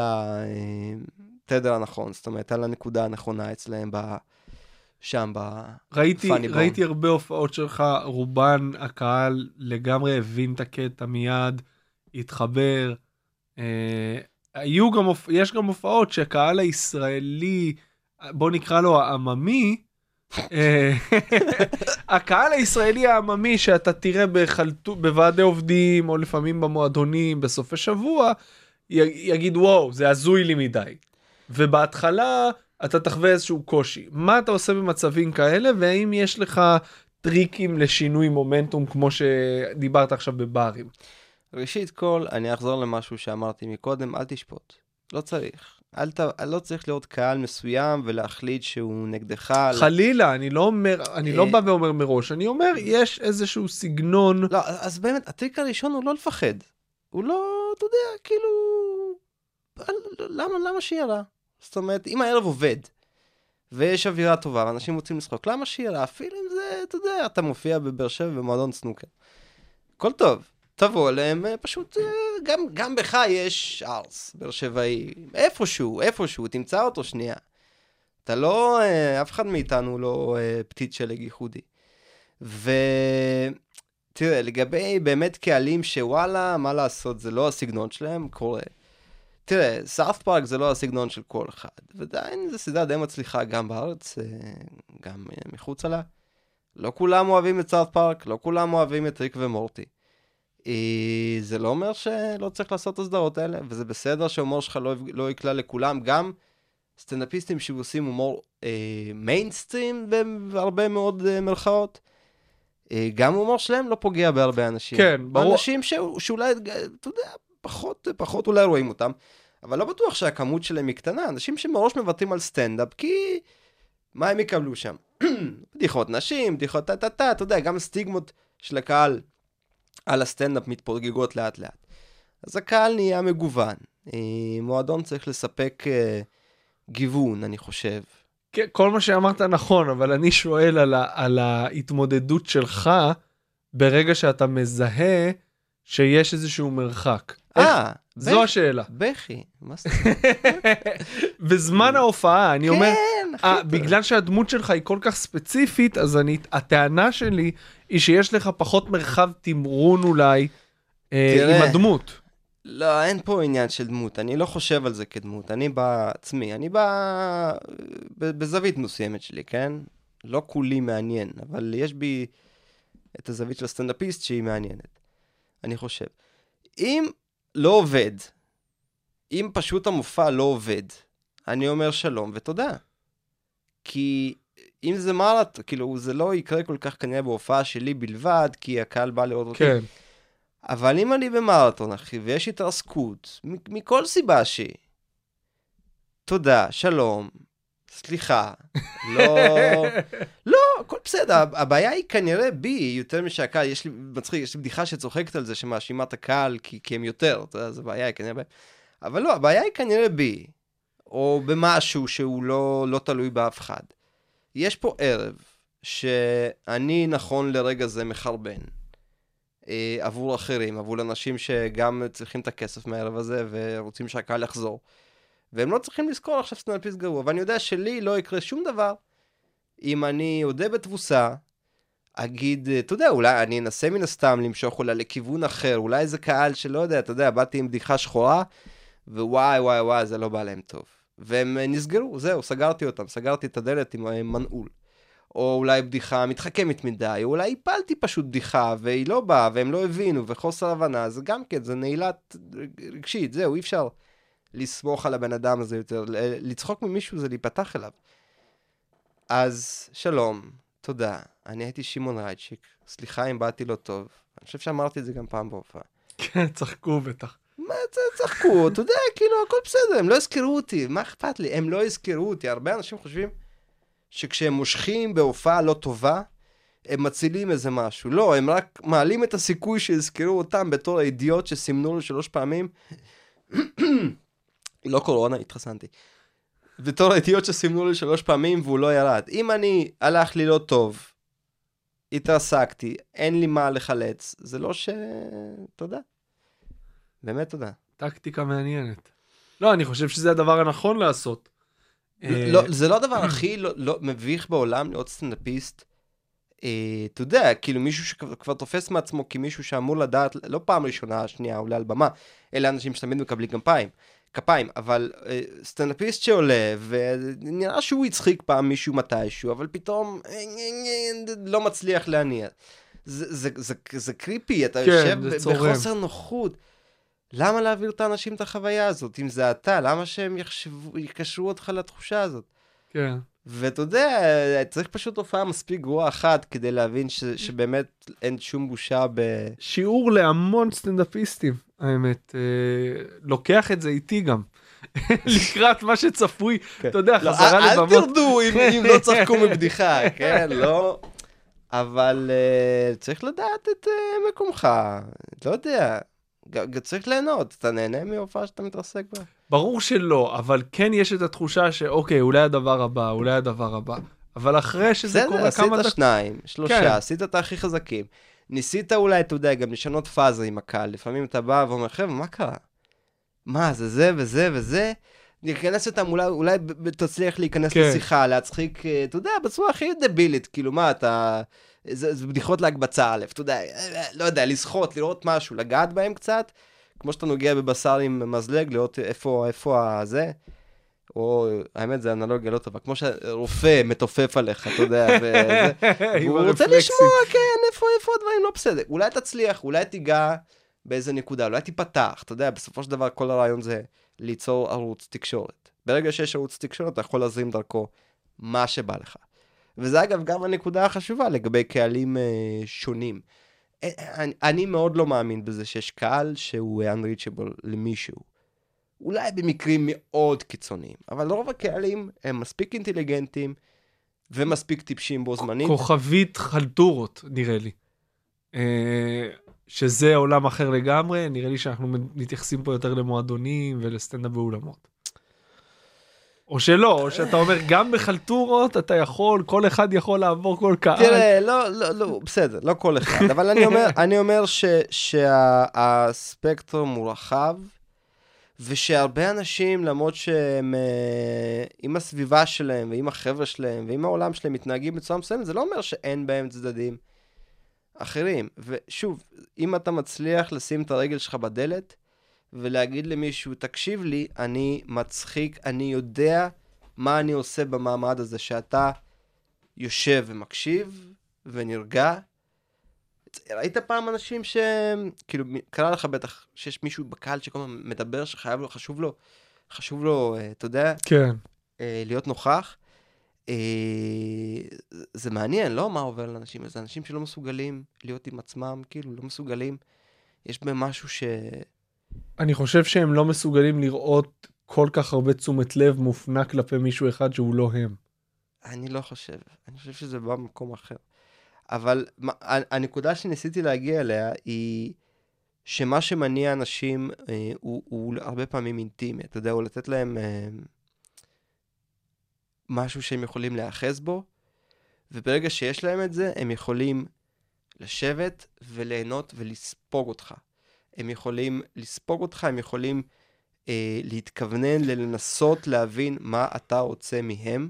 התדר הנכון, זאת אומרת, על הנקודה הנכונה אצלהם ב... שם ב... ראיתי, ראיתי הרבה הופעות שלך, רובן הקהל לגמרי הבין את הקטע מיד, התחבר. אה, היו גם, יש גם הופעות שהקהל הישראלי, בוא נקרא לו העממי, הקהל הישראלי העממי שאתה תראה בחלטו, בוועדי עובדים או לפעמים במועדונים בסופי שבוע, יגיד וואו זה הזוי לי מדי, ובהתחלה אתה תחווה איזשהו קושי. מה אתה עושה במצבים כאלה, והאם יש לך טריקים לשינוי מומנטום כמו שדיברת עכשיו בברים? ראשית כל, אני אחזור למשהו שאמרתי מקודם, אל תשפוט, לא צריך. אל ת... לא צריך להיות קהל מסוים ולהחליט שהוא נגדך. חלילה, אני לא אומר, אני לא בא ואומר מראש, אני אומר, יש איזשהו סגנון. לא, אז באמת, הטריק הראשון הוא לא לפחד. הוא לא, אתה יודע, כאילו, למה, למה שיהיה רע? זאת אומרת, אם הערב עובד, ויש אווירה טובה, ואנשים רוצים לשחוק, למה שיהיה רע? אפילו אם זה, אתה יודע, אתה מופיע בבאר שבע במועדון סנוקר. הכל טוב. תבוא אליהם, פשוט, גם, גם בך יש ארס, באר שבעי, איפשהו, איפשהו, תמצא אותו שנייה. אתה לא, אף אחד מאיתנו לא פתית שלג ייחודי. ותראה, לגבי באמת קהלים שוואלה, מה לעשות, זה לא הסגנון שלהם, קורה. תראה, סארט פארק זה לא הסגנון של כל אחד, ועדיין זו סדרה די מצליחה גם בארץ, גם מחוץ עליה. לא כולם אוהבים את סארט פארק, לא כולם אוהבים את ריק ומורטי. זה לא אומר שלא צריך לעשות את הסדרות האלה, וזה בסדר שההומור שלך לא, לא יקלה לכולם, גם סטנדאפיסטים שעושים הומור אה, מיינסטרים בהרבה מאוד אה, מרכאות, אה, גם הומור שלהם לא פוגע בהרבה אנשים. כן, ברור. אנשים ש, שאולי, אתה יודע, פחות, פחות אולי רואים אותם, אבל לא בטוח שהכמות שלהם היא קטנה, אנשים שמראש מבטאים על סטנדאפ, כי מה הם יקבלו שם? בדיחות נשים, בדיחות טה-טה-טה, אתה יודע, גם סטיגמות של הקהל על הסטנדאפ מתפוגגות לאט לאט. אז הקהל נהיה מגוון. מועדון צריך לספק גיוון, אני חושב. כן, כל מה שאמרת נכון, אבל אני שואל על, ה- על ההתמודדות שלך, ברגע שאתה מזהה שיש איזשהו מרחק. אה, זו השאלה. בכי, מה זה? בזמן ההופעה, אני אומר, כן, אה, הכי טוב. בגלל שהדמות שלך היא כל כך ספציפית, אז אני, הטענה שלי היא שיש לך פחות מרחב תמרון אולי אה, תראה. עם הדמות. לא, אין פה עניין של דמות, אני לא חושב על זה כדמות, אני בעצמי, אני בא ב- בזווית מסוימת שלי, כן? לא כולי מעניין, אבל יש בי את הזווית של הסטנדאפיסט שהיא מעניינת, אני חושב. אם לא עובד, אם פשוט המופע לא עובד, אני אומר שלום ותודה. כי אם זה מרתון, כאילו זה לא יקרה כל כך כנראה בהופעה שלי בלבד, כי הקהל בא לראות אותי. כן. אבל אם אני במרתון, אחי, ויש התרסקות, מ- מכל סיבה שהיא, תודה, שלום, סליחה, לא, לא, הכל בסדר, הבעיה היא כנראה בי, יותר משהקהל, יש לי, מצחיק, יש לי בדיחה שצוחקת על זה, שמאשימה את הקהל, כי, כי הם יותר, אתה יודע, זו בעיה, כנראה בי, אבל לא, הבעיה היא כנראה בי, או במשהו שהוא לא, לא תלוי באף אחד. יש פה ערב, שאני נכון לרגע זה מחרבן, עבור אחרים, עבור אנשים שגם צריכים את הכסף מהערב הזה, ורוצים שהקהל יחזור. והם לא צריכים לזכור עכשיו סטנדאפיסט גרוע. ואני יודע שלי לא יקרה שום דבר, אם אני יודע בתבוסה, אגיד, אתה יודע, אולי אני אנסה מן הסתם למשוך אולי לכיוון אחר, אולי איזה קהל שלא יודע, אתה יודע, באתי עם בדיחה שחורה, ווואי וואי וואי, זה לא בא להם טוב. והם נסגרו, זהו, סגרתי אותם, סגרתי את הדלת עם מנעול. או אולי בדיחה מתחכמת מדי, או אולי הפלתי פשוט בדיחה, והיא לא באה, והם לא הבינו, וחוסר הבנה, זה גם כן, זה נעילת רגשית, זהו, אי אפשר לסמוך על הבן אדם הזה יותר, לצחוק ממישהו זה להיפתח אליו. אז שלום, תודה, אני הייתי שמעון רייצ'יק, סליחה אם באתי לא טוב, אני חושב שאמרתי את זה גם פעם בהופעה. כן, צחקו בטח. מה, צחקו, אתה יודע, כאילו, הכל בסדר, הם לא הזכרו אותי, מה אכפת לי? הם לא הזכרו אותי, הרבה אנשים חושבים שכשהם מושכים בהופעה לא טובה, הם מצילים איזה משהו. לא, הם רק מעלים את הסיכוי שיזכרו אותם בתור האידיוט שסימנו לו שלוש פעמים. לא קורונה, התחסנתי. בתור האידיוט שסימנו לו שלוש פעמים והוא לא ירד. אם אני הלך לי לא טוב, התרסקתי, אין לי מה לחלץ, זה לא ש... תודה. באמת תודה. טקטיקה מעניינת. לא, אני חושב שזה הדבר הנכון לעשות. לא, זה לא הדבר הכי לא, לא, מביך בעולם להיות סטנדאפיסט. אה, אתה יודע, כאילו מישהו שכבר תופס מעצמו כמישהו שאמור לדעת, לא פעם ראשונה, שנייה, עולה על במה, אלה אנשים שתמיד מקבלים כפיים, כפיים, אבל אה, סטנדאפיסט שעולה, ונראה שהוא יצחיק פעם מישהו מתישהו, אבל פתאום אה, אה, אה, לא מצליח להניע. זה, זה, זה, זה, זה קריפי, אתה כן, יושב זה ב- צורם. בחוסר נוחות. למה להעביר את האנשים את החוויה הזאת, אם זה אתה? למה שהם יחשבו, יקשרו אותך לתחושה הזאת? כן. ואתה יודע, צריך פשוט הופעה מספיק גרועה אחת, כדי להבין ש, שבאמת אין שום בושה ב... שיעור להמון סטנדאפיסטים, האמת. אה, לוקח את זה איתי גם. לקראת מה שצפוי, אתה יודע, לא, חזרה אל לבמות. תרדו אם, אם לא צחקו מבדיחה, כן, לא... אבל uh, צריך לדעת את uh, מקומך, לא יודע, ג- צריך ליהנות, אתה נהנה מהופעה שאתה מתרסק בה? ברור שלא, אבל כן יש את התחושה שאוקיי, אולי הדבר הבא, אולי הדבר הבא. אבל אחרי שזה בסדר, קורה כמה עשית דקות... שניים, שלושה, כן. עשית את הכי חזקים. ניסית אולי, אתה יודע, גם לשנות פאזה עם הקהל. לפעמים אתה בא ואומר, חבר'ה, מה קרה? מה, זה זה וזה וזה? להיכנס אותם, אולי, אולי ב- ב- תצליח להיכנס כן. לשיחה, להצחיק, אה, אתה יודע, בצורה הכי דבילית, כאילו, מה, אתה... זה, זה בדיחות להקבצה א', אתה יודע, אה, לא יודע, לשחות, לראות משהו, לגעת בהם קצת, כמו שאתה נוגע בבשר עם מזלג, לראות איפה, איפה הזה, או, האמת, זה אנלוגיה לא טובה, כמו שרופא מתופף עליך, אתה יודע, וזה, עם והוא רוצה הרפלקסים. לשמוע, כן, איפה, איפה הדברים לא בסדר. אולי תצליח, אולי תיגע באיזה נקודה, אולי תיפתח, אתה יודע, בסופו של דבר כל הרעיון זה ליצור ערוץ תקשורת. ברגע שיש ערוץ תקשורת, אתה יכול להזרים דרכו מה שבא לך. וזה אגב גם הנקודה החשובה לגבי קהלים אה, שונים. אה, אני, אני מאוד לא מאמין בזה שיש קהל שהוא unreachable למישהו. אולי במקרים מאוד קיצוניים, אבל רוב הקהלים הם מספיק אינטליגנטים, ומספיק טיפשים בו זמנית. כוכבית חלטורות, נראה לי. שזה עולם אחר לגמרי, נראה לי שאנחנו מתייחסים פה יותר למועדונים ולסטנדאפ באולמות. או שלא, או שאתה אומר, גם בחלטורות אתה יכול, כל אחד יכול לעבור כל קהל. תראה, לא, לא, לא, בסדר, לא כל אחד, אבל אני אומר, אני אומר שהספקטרום הוא רחב, ושהרבה אנשים, למרות שהם עם הסביבה שלהם, ועם החבר'ה שלהם, ועם העולם שלהם מתנהגים בצורה מסוימת, זה לא אומר שאין בהם צדדים אחרים. ושוב, אם אתה מצליח לשים את הרגל שלך בדלת, ולהגיד למישהו, תקשיב לי, אני מצחיק, אני יודע מה אני עושה במעמד הזה, שאתה יושב ומקשיב ונרגע. ראית פעם אנשים ש... כאילו, קרה לך בטח שיש מישהו בקהל שכל הזמן מדבר, שחייב לו, חשוב לו, חשוב לו, אתה יודע, כן. להיות נוכח. זה מעניין, לא מה עובר לאנשים, זה אנשים שלא מסוגלים להיות עם עצמם, כאילו, לא מסוגלים. יש בהם משהו ש... אני חושב שהם לא מסוגלים לראות כל כך הרבה תשומת לב מופנה כלפי מישהו אחד שהוא לא הם. אני לא חושב. אני חושב שזה בא במקום אחר. אבל הנקודה שניסיתי להגיע אליה היא שמה שמניע אנשים אה, הוא, הוא הרבה פעמים אינטימי. אתה יודע, הוא לתת להם אה, משהו שהם יכולים להאחז בו, וברגע שיש להם את זה, הם יכולים לשבת וליהנות ולספוג אותך. הם יכולים לספוג אותך, הם יכולים אה, להתכוונן, לנסות להבין מה אתה רוצה מהם,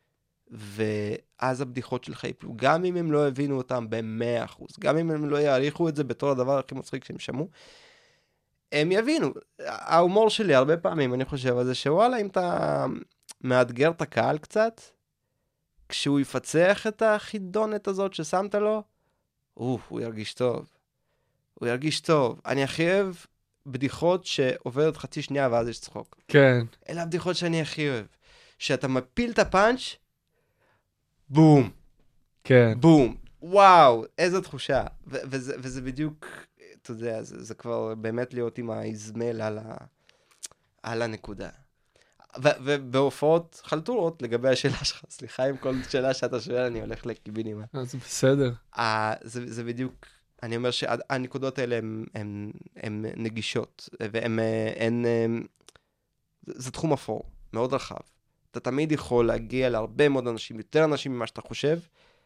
ואז הבדיחות שלך יפלו. גם אם הם לא הבינו אותם ב-מאה אחוז, גם אם הם לא יעריכו את זה בתור הדבר הכי מצחיק שהם שמעו, הם יבינו. ההומור שלי הרבה פעמים, אני חושב על זה, שוואלה, אם אתה מאתגר את הקהל קצת, כשהוא יפצח את החידונת הזאת ששמת לו, הוא, הוא ירגיש טוב. הוא ירגיש טוב. אני הכי אוהב בדיחות שעוברת חצי שנייה ואז יש צחוק. כן. אלה הבדיחות שאני הכי אוהב. שאתה מפיל את הפאנץ', בום. כן. בום. וואו, איזו תחושה. ו- וזה, וזה בדיוק, אתה יודע, זה, זה כבר באמת להיות עם האזמל על, ה- על הנקודה. ו- ובהופעות חלטורות, לגבי השאלה שלך, סליחה עם כל שאלה שאתה שואל, אני הולך לקיבינימה. זה בסדר. אה, זה, זה בדיוק... אני אומר שהנקודות האלה הן נגישות, והן, הן, זה תחום אפור, מאוד רחב. אתה תמיד יכול להגיע להרבה מאוד אנשים, יותר אנשים ממה שאתה חושב,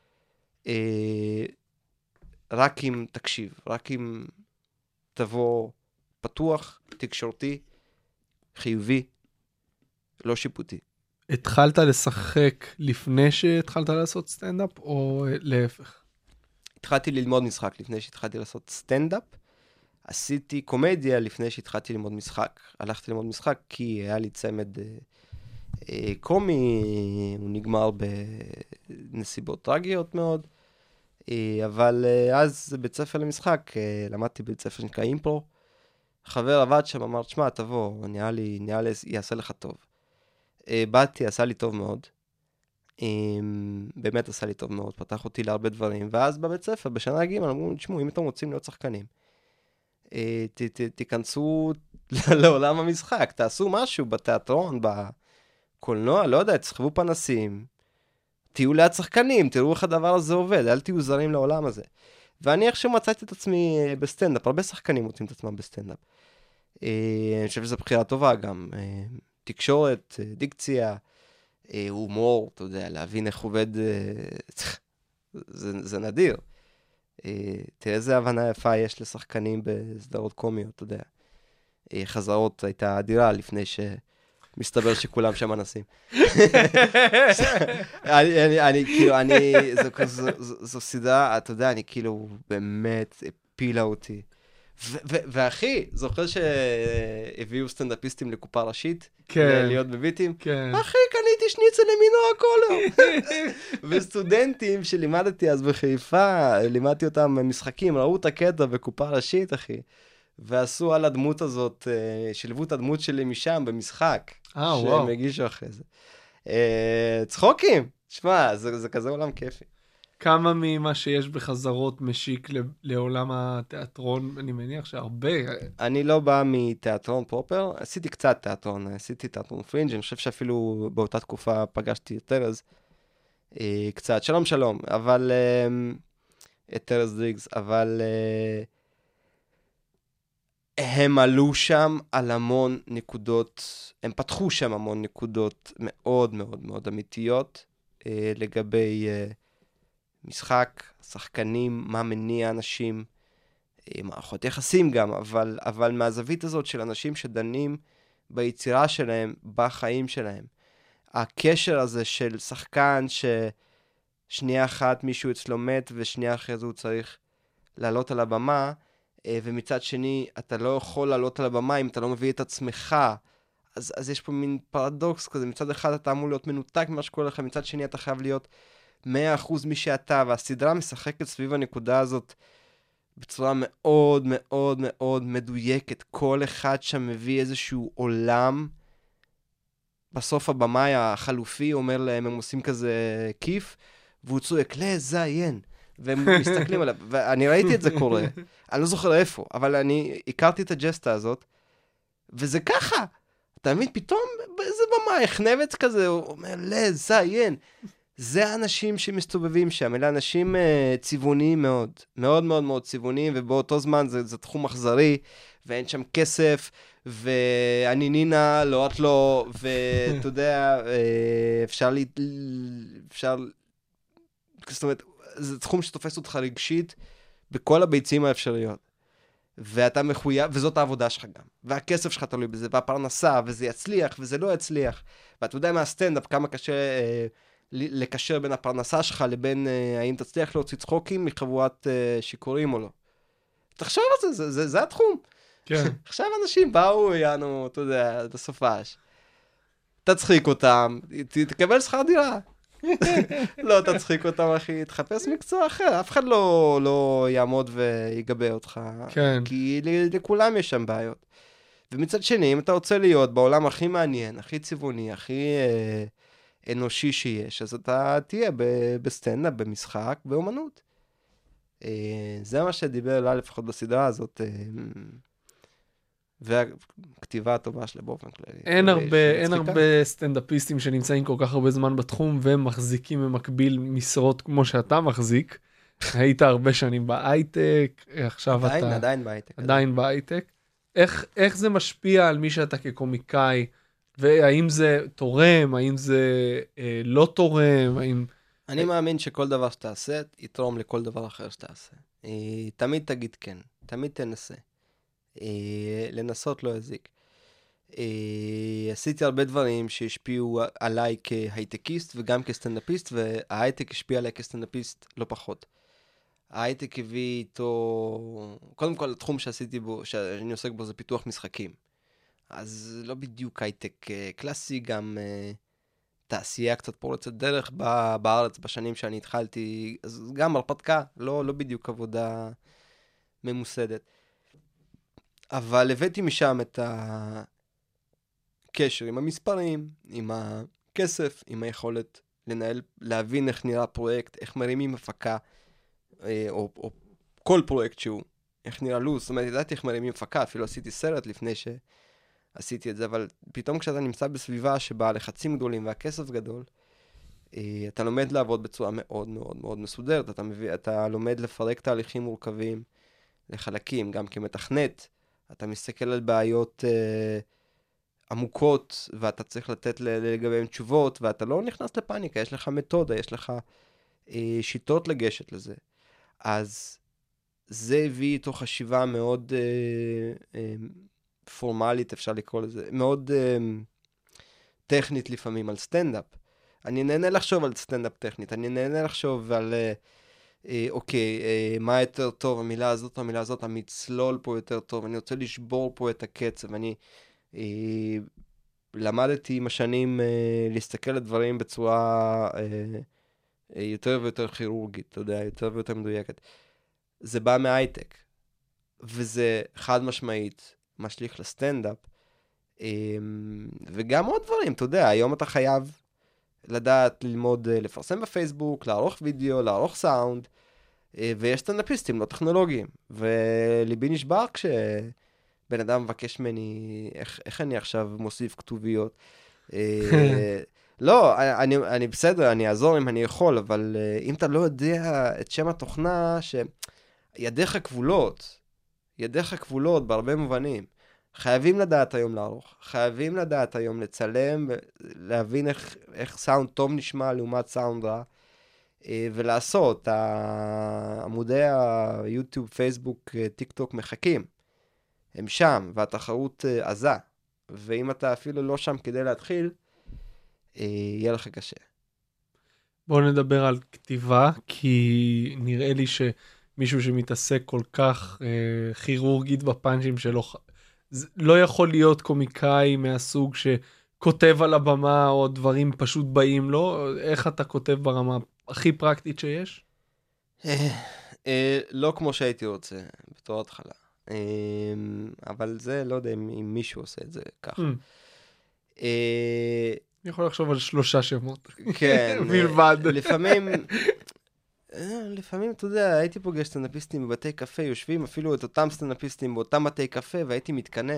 רק אם תקשיב, רק אם תבוא פתוח, תקשורתי, חיובי, לא שיפוטי. התחלת לשחק לפני שהתחלת לעשות סטנדאפ, או להפך? התחלתי ללמוד משחק לפני שהתחלתי לעשות סטנדאפ. עשיתי קומדיה לפני שהתחלתי ללמוד משחק. הלכתי ללמוד משחק כי היה לי צמד אה, אה, קומי, הוא נגמר בנסיבות טרגיות מאוד. אה, אבל אה, אז בית ספר למשחק, אה, למדתי בבית ספר שנקרא אימפרו. חבר עבד שם, אמר, תשמע, תבוא, נראה לי, נראה לי, יעשה לך טוב. אה, באתי, עשה לי טוב מאוד. באמת עשה לי טוב מאוד, פתח אותי להרבה דברים, ואז בבית ספר, בשנה ג' אמרו, תשמעו, אם אתם רוצים להיות שחקנים, ת, ת, תיכנסו לעולם המשחק, תעשו משהו בתיאטרון, בקולנוע, לא יודע, תסחבו פנסים, תהיו ליד שחקנים, תראו איך הדבר הזה עובד, אל תהיו זרים לעולם הזה. ואני איכשהו מצאתי את עצמי בסטנדאפ, הרבה שחקנים מוצאים את עצמם בסטנדאפ. אני חושב שזו בחירה טובה גם, תקשורת, דיקציה, הומור, אתה יודע, להבין איך עובד, זה, זה נדיר. תראה איזה הבנה יפה יש לשחקנים בסדרות קומיות, אתה יודע. חזרות הייתה אדירה לפני שמסתבר שכולם שם אנסים. אני, אני, אני, כאילו, אני, זו, זו, זו, זו סדרה, אתה יודע, אני כאילו באמת הפילה אותי. ואחי, זוכר שהביאו סטנדאפיסטים לקופה ראשית? כן. להיות בביטים? כן. אחי, קניתי שניצל למינוע הקולר. וסטודנטים שלימדתי אז בחיפה, לימדתי אותם משחקים, ראו את הקטע בקופה ראשית, אחי. ועשו על הדמות הזאת, שלבו את הדמות שלי משם במשחק. אה, וואו. שהם הגישו אחרי זה. צחוקים. שמע, זה, זה כזה עולם כיפי. כמה ממה שיש בחזרות משיק לעולם התיאטרון, אני מניח שהרבה. אני לא בא מתיאטרון פרופר, עשיתי קצת תיאטרון, עשיתי תיאטרון פרינג', אני חושב שאפילו באותה תקופה פגשתי יותר, אז אה, קצת, שלום שלום, אבל, אה, את טרס דריגס, אבל אה, הם עלו שם על המון נקודות, הם פתחו שם המון נקודות מאוד מאוד מאוד אמיתיות, אה, לגבי אה, משחק, שחקנים, מה מניע אנשים, אה, מערכות יחסים גם, אבל, אבל מהזווית הזאת של אנשים שדנים ביצירה שלהם, בחיים שלהם. הקשר הזה של שחקן ששנייה אחת מישהו אצלו מת, ושנייה אחרי זה הוא צריך לעלות על הבמה, ומצד שני אתה לא יכול לעלות על הבמה אם אתה לא מביא את עצמך. אז, אז יש פה מין פרדוקס כזה, מצד אחד אתה אמור להיות מנותק ממה שקורה לך, מצד שני אתה חייב להיות מאה אחוז מי שאתה, והסדרה משחקת סביב הנקודה הזאת בצורה מאוד מאוד מאוד מדויקת. כל אחד שם מביא איזשהו עולם. בסוף הבמאי החלופי אומר להם, הם עושים כזה כיף, והוא צועק, לזיין. והם מסתכלים עליו, ואני ראיתי את זה קורה. אני לא זוכר איפה, אבל אני הכרתי את הג'סטה הזאת, וזה ככה. אתה מבין, פתאום באיזה במה, הכנבת כזה, הוא אומר, לזיין. זה האנשים שמסתובבים שם, אלה אנשים uh, צבעוניים מאוד, מאוד מאוד מאוד צבעוניים, ובאותו זמן זה, זה תחום אכזרי, ואין שם כסף, ואני נינה, לא את לא, ואתה יודע, אפשר לי, אפשר, זאת אומרת, זה תחום שתופס אותך רגשית, בכל הביצים האפשריות. ואתה מחויב, וזאת העבודה שלך גם. והכסף שלך תלוי בזה, והפרנסה, וזה יצליח, וזה לא יצליח. ואתה יודע מהסטנדאפ, כמה קשה אה, לקשר בין הפרנסה שלך, לבין אה, האם תצליח להוציא צחוקים מחבורת אה, שיקורים או לא. תחשוב על זה, זה, זה, זה התחום. כן. עכשיו אנשים באו, יענו, אתה יודע, את הסופש. תצחיק אותם, ת, תקבל שכר דירה. לא תצחיק אותם, אחי, תחפש מקצוע אחר. אף אחד לא, לא יעמוד ויגבה אותך. כן. כי לכולם יש שם בעיות. ומצד שני, אם אתה רוצה להיות בעולם הכי מעניין, הכי צבעוני, הכי אה, אנושי שיש, אז אתה תהיה ב- בסטנדאפ, במשחק, באומנות. אה, זה מה שדיבר לה לפחות בסדרה הזאת. אה, והכתיבה הטובה שלה באופן כללי. אין הרבה, אין הרבה סטנדאפיסטים שנמצאים כל כך הרבה זמן בתחום, והם מחזיקים במקביל משרות כמו שאתה מחזיק. היית הרבה שנים בהייטק, עכשיו עדיין, אתה... עדיין בהייטק. עדיין בהייטק. איך, איך זה משפיע על מי שאתה כקומיקאי, והאם זה תורם, האם זה אה, לא תורם, האם... אני מאמין שכל דבר שתעשה, יתרום לכל דבר אחר שתעשה. תמיד תגיד כן, תמיד תנסה. לנסות לא יזיק. עשיתי הרבה דברים שהשפיעו עליי כהייטקיסט וגם כסטנדאפיסט, וההייטק השפיע עליי כסטנדאפיסט לא פחות. ההייטק הביא איתו, קודם כל התחום שעשיתי בו, שאני עוסק בו זה פיתוח משחקים. אז לא בדיוק הייטק קלאסי, גם תעשייה קצת פורצת דרך בארץ בשנים שאני התחלתי, אז גם הרפתקה, לא, לא בדיוק עבודה ממוסדת. אבל הבאתי משם את הקשר עם המספרים, עם הכסף, עם היכולת לנהל, להבין איך נראה פרויקט, איך מרימים הפקה, או, או כל פרויקט שהוא, איך נראה לו"ז. זאת אומרת, ידעתי איך מרימים הפקה, אפילו עשיתי סרט לפני שעשיתי את זה, אבל פתאום כשאתה נמצא בסביבה שבה לחצים גדולים והכסף גדול, אתה לומד לעבוד בצורה מאוד מאוד מאוד מסודרת, אתה, מביא, אתה לומד לפרק תהליכים מורכבים לחלקים, גם כמתכנת, אתה מסתכל על בעיות אה, עמוקות, ואתה צריך לתת לגביהם תשובות, ואתה לא נכנס לפאניקה, יש לך מתודה, יש לך אה, שיטות לגשת לזה. אז זה הביא איתו חשיבה מאוד אה, אה, פורמלית, אפשר לקרוא לזה, מאוד אה, טכנית לפעמים על סטנדאפ. אני נהנה לחשוב על סטנדאפ טכנית, אני נהנה לחשוב על... אה, אה, אוקיי, אה, מה יותר טוב, המילה הזאת או המילה הזאת, המצלול פה יותר טוב, אני רוצה לשבור פה את הקצב, אני אה, למדתי עם השנים אה, להסתכל על דברים בצורה אה, אה, יותר ויותר כירורגית, אתה יודע, יותר ויותר מדויקת. זה בא מהייטק, וזה חד משמעית משליך לסטנדאפ, אה, וגם עוד דברים, אתה יודע, היום אתה חייב לדעת ללמוד, לפרסם בפייסבוק, לערוך וידאו, לערוך סאונד, ויש סטנדאפיסטים לא טכנולוגיים, וליבי נשבר כשבן אדם מבקש ממני, איך, איך אני עכשיו מוסיף כתוביות, לא, אני, אני בסדר, אני אעזור אם אני יכול, אבל uh, אם אתה לא יודע את שם התוכנה, שידיך כבולות, ידיך כבולות בהרבה מובנים. חייבים לדעת היום לערוך, חייבים לדעת היום לצלם, להבין איך, איך סאונד טוב נשמע לעומת סאונד רע, uh, ולעשות, עמודי היוטיוב, פייסבוק, טיק טוק מחכים. הם שם, והתחרות uh, עזה. ואם אתה אפילו לא שם כדי להתחיל, יהיה לך קשה. בואו נדבר על כתיבה, כי נראה לי שמישהו שמתעסק כל כך אה, כירורגית בפאנצ'ים שלו, לא יכול להיות קומיקאי מהסוג שכותב על הבמה או דברים פשוט באים לו. איך אתה כותב ברמה הכי פרקטית שיש? אה, אה, לא כמו שהייתי רוצה, בתור התחלה. אה, אבל זה, לא יודע אם מישהו עושה את זה ככה. אה... אני יכול לחשוב על שלושה שמות. כן. מלבד. לפעמים, לפעמים, אתה יודע, הייתי פוגש סטנדאפיסטים בבתי קפה, יושבים אפילו את אותם סטנדאפיסטים באותם בתי קפה, והייתי מתקנה.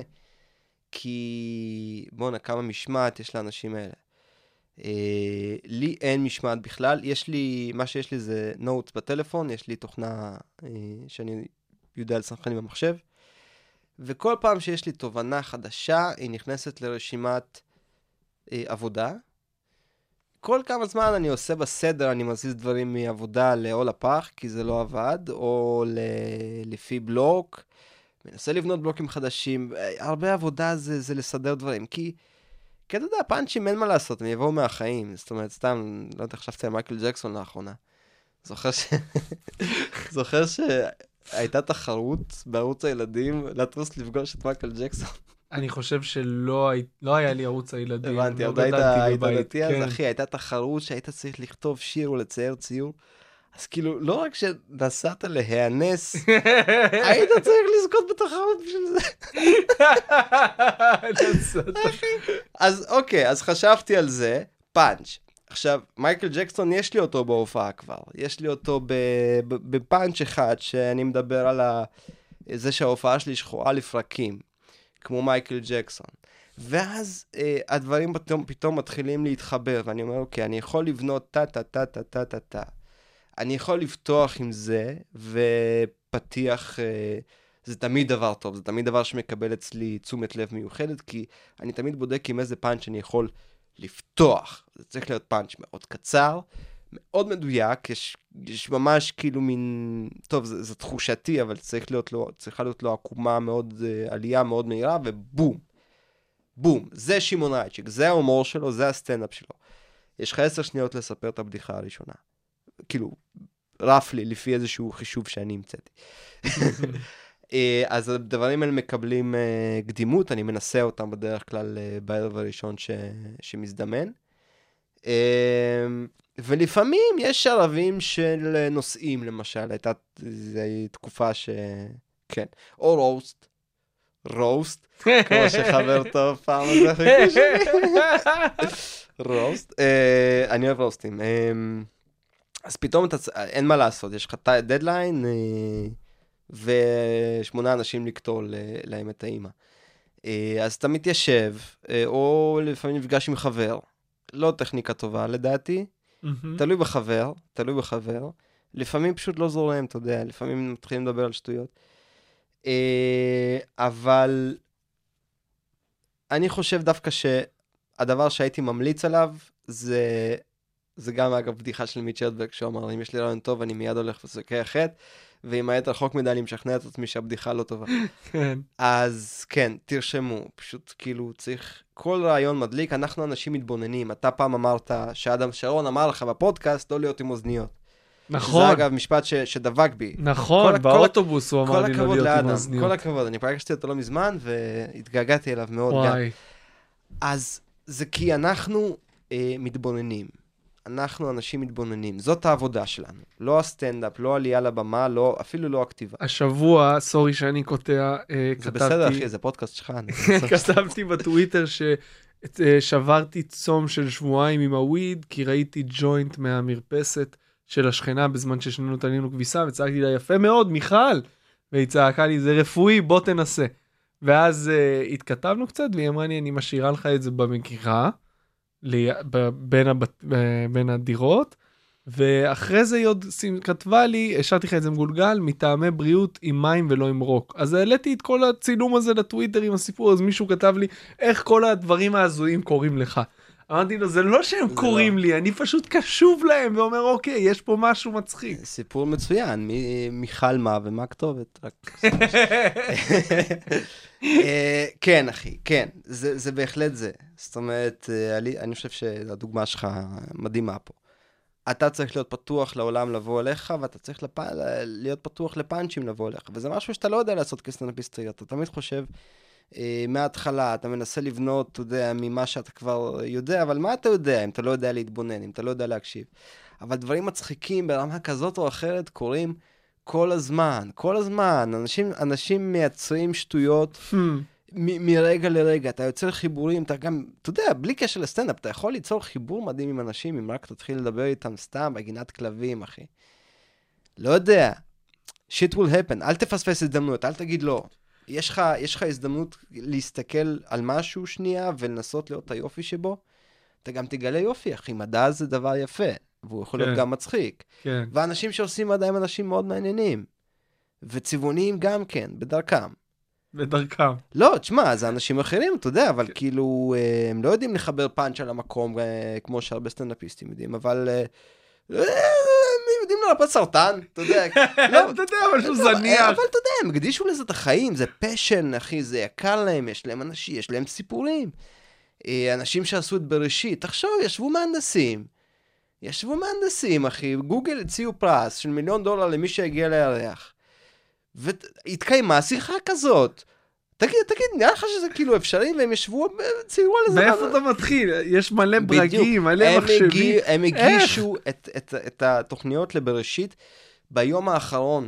כי, בוא'נה, כמה משמעת יש לאנשים האלה. אה, לי אין משמעת בכלל. יש לי, מה שיש לי זה נוטס בטלפון, יש לי תוכנה אה, שאני יודע לסנכרן עם המחשב, וכל פעם שיש לי תובנה חדשה, היא נכנסת לרשימת עבודה. כל כמה זמן אני עושה בסדר, אני מזיז דברים מעבודה או לפח, כי זה לא עבד, או לפי בלוק, מנסה לבנות בלוקים חדשים. הרבה עבודה זה, זה לסדר דברים, כי, כי אתה יודע, פאנצ'ים אין מה לעשות, הם יבואו מהחיים. זאת אומרת, סתם, לא יודע, חשבתי על מייקל ג'קסון לאחרונה. זוכר ש... זוכר שהייתה תחרות בערוץ הילדים, לטוס לפגוש את מייקל ג'קסון. אני חושב שלא לא היה לי ערוץ הילדים. הבנתי, עוד היית דתי, אז אחי, הייתה תחרות שהיית צריך לכתוב שיר או לצייר ציור. אז כאילו, לא רק שנסעת להיאנס, היית צריך לזכות בתחרות בשביל זה. אז אוקיי, אז חשבתי על זה, פאנץ'. עכשיו, מייקל ג'קסון, יש לי אותו בהופעה כבר. יש לי אותו בפאנץ' אחד, שאני מדבר על זה שההופעה שלי שחורה לפרקים. כמו מייקל ג'קסון. ואז אה, הדברים פתאום, פתאום מתחילים להתחבר, ואני אומר, אוקיי, אני יכול לבנות טה-טה-טה-טה-טה-טה. אני יכול לפתוח עם זה, ופתיח, אה, זה תמיד דבר טוב, זה תמיד דבר שמקבל אצלי תשומת לב מיוחדת, כי אני תמיד בודק עם איזה פאנץ' אני יכול לפתוח. זה צריך להיות פאנץ' מאוד קצר, מאוד מדויק, יש, יש ממש כאילו מין, טוב, זה, זה תחושתי, אבל צריך להיות לו, צריכה להיות לו עקומה מאוד, עלייה מאוד מהירה, ובום, בום, זה שמעון רייצ'יק, זה ההומור שלו, זה הסטנדאפ שלו. יש לך עשר שניות לספר את הבדיחה הראשונה. כאילו, רף לי, לפי איזשהו חישוב שאני המצאתי. אז הדברים האלה מקבלים קדימות, אני מנסה אותם בדרך כלל בערב הראשון ש, שמזדמן. ולפעמים יש שלבים של נושאים, למשל, הייתה תקופה ש... כן, או רוסט, רוסט, כמו שחבר טוב פעם הזה, רוסט, אני אוהב רוסטים, אז פתאום אין מה לעשות, יש לך דדליין, ושמונה אנשים לקטול להם את האמא. אז אתה מתיישב, או לפעמים נפגש עם חבר, לא טכניקה טובה לדעתי, תלוי בחבר, תלוי בחבר, לפעמים פשוט לא זורם, אתה יודע, לפעמים מתחילים לדבר על שטויות, אבל אני חושב דווקא שהדבר שהייתי ממליץ עליו, זה, זה גם אגב בדיחה של מיט שרדברג, שאומר, אם יש לי רעיון טוב, אני מיד הולך וסוקי אחת, ואם היית רחוק מדי, אני משכנע את עצמי שהבדיחה לא טובה. כן. אז כן, תרשמו, פשוט כאילו צריך, כל רעיון מדליק, אנחנו אנשים מתבוננים. אתה פעם אמרת שאדם שרון אמר לך בפודקאסט לא להיות עם אוזניות. נכון. זה אגב משפט ש, שדבק בי. נכון, באוטובוס הוא אמר לי לא להיות עם אוזניות. כל הכבוד, אני פגשתי אותו לא מזמן והתגעגעתי אליו מאוד. וואי. גם. אז זה כי אנחנו אה, מתבוננים. אנחנו אנשים מתבוננים. זאת העבודה שלנו. לא הסטנדאפ, לא עלייה לבמה, לא, אפילו לא הכתיבה. השבוע, סורי שאני קוטע, זה כתבתי, בסדר אחי, זה פודקאסט שלך. כתבתי בטוויטר ששברתי צום של שבועיים עם הוויד, כי ראיתי ג'וינט מהמרפסת של השכנה בזמן ששנינו תנינו כביסה, וצעקתי לה יפה מאוד, מיכל, והיא צעקה לי, זה רפואי, בוא תנסה. ואז uh, התכתבנו קצת, והיא אמרה לי, אני משאירה לך את זה במגירה, לי, ב, בין, הבת, בין הדירות, ואחרי זה היא עוד כתבה לי, השארתי לך את זה מגולגל, מטעמי בריאות עם מים ולא עם רוק. אז העליתי את כל הצילום הזה לטוויטר עם הסיפור, אז מישהו כתב לי, איך כל הדברים ההזויים קוראים לך. אמרתי לו, זה לא שהם זה קוראים לא. לי, אני פשוט קשוב להם, ואומר, אוקיי, יש פה משהו מצחיק. סיפור מצוין, מיכל מה ומה כתובת. כן, אחי, כן, זה, זה בהחלט זה. זאת אומרת, אני חושב שהדוגמה שלך מדהימה פה. אתה צריך להיות פתוח לעולם לבוא אליך, ואתה צריך לפ... להיות פתוח לפאנצ'ים לבוא אליך, וזה משהו שאתה לא יודע לעשות כסטנדאפיסט, אתה תמיד חושב אה, מההתחלה, אתה מנסה לבנות, אתה יודע, ממה שאתה כבר יודע, אבל מה אתה יודע אם אתה לא יודע להתבונן, אם אתה לא יודע להקשיב? אבל דברים מצחיקים ברמה כזאת או אחרת קורים כל הזמן, כל הזמן. אנשים, אנשים מייצרים שטויות hmm. מ- מרגע לרגע, אתה יוצר חיבורים, אתה גם, אתה יודע, בלי קשר לסטנדאפ, אתה יכול ליצור חיבור מדהים עם אנשים, אם רק תתחיל לדבר איתם סתם, בגינת כלבים, אחי. לא יודע. shit will happen, אל תפספס הזדמנות, אל תגיד לא. יש לך, יש לך הזדמנות להסתכל על משהו שנייה, ולנסות לראות את היופי שבו, אתה גם תגלה יופי, אחי, מדע זה דבר יפה, והוא יכול כן. להיות גם מצחיק. כן. ואנשים שעושים מדע הם אנשים מאוד מעניינים, וצבעוניים גם כן, בדרכם. בדרכם. לא, תשמע, זה אנשים אחרים, אתה יודע, אבל כאילו, הם לא יודעים לחבר פאנץ' על המקום, כמו שהרבה סטנדאפיסטים יודעים, אבל הם יודעים לרפא סרטן, אתה יודע. אתה יודע, משהו זניח. אבל אתה יודע, הם הקדישו לזה את החיים, זה פשן, אחי, זה יקר להם, יש להם אנשים, יש להם סיפורים. אנשים שעשו את בראשית, תחשוב, ישבו מהנדסים. ישבו מהנדסים, אחי, גוגל הציעו פרס של מיליון דולר למי שהגיע לירח. והתקיימה שיחה כזאת. תגיד, תגיד, נראה לך שזה כאילו אפשרי, והם ישבו, ציירו על זה. מאיפה אתה מתחיל? יש מלא ברגים, מלא מחשבים. הם הגישו את, את, את התוכניות לבראשית ביום האחרון.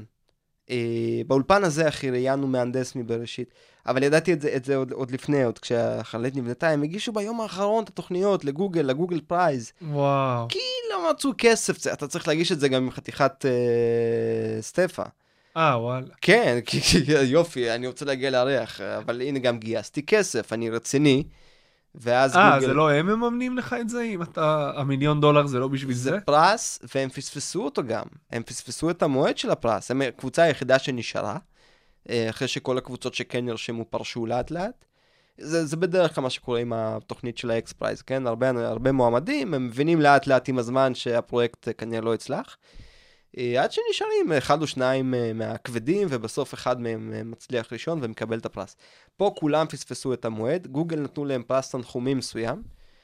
באולפן הזה, אחי, ראיינו מהנדס מבראשית. אבל ידעתי את זה, את זה עוד, עוד לפני, עוד כשהחללית נבנתה, הם הגישו ביום האחרון את התוכניות לגוגל, לגוגל פרייז. וואו. כי לא מצאו כסף, אתה צריך להגיש את זה גם עם חתיכת אה, סטפה. אה, וואלה. כן, כי, כי, יופי, אני רוצה להגיע לארח, אבל הנה גם גייסתי כסף, אני רציני, ואז אה, גוגל... זה לא הם מממנים לך את זה? אם אתה, המיליון דולר זה לא בשביל זה? זה פרס, והם פספסו אותו גם. הם פספסו את המועד של הפרס. הם הקבוצה היחידה שנשארה, אחרי שכל הקבוצות שכן נרשמו פרשו לאט לאט. זה, זה בדרך כלל מה שקורה עם התוכנית של האקס פרייז, כן? הרבה, הרבה מועמדים, הם מבינים לאט לאט עם הזמן שהפרויקט כנראה לא הצלח. עד שנשארים אחד או שניים מהכבדים, ובסוף אחד מהם מצליח ראשון ומקבל את הפרס. פה כולם פספסו את המועד, גוגל נתנו להם פרס תנחומים מסוים,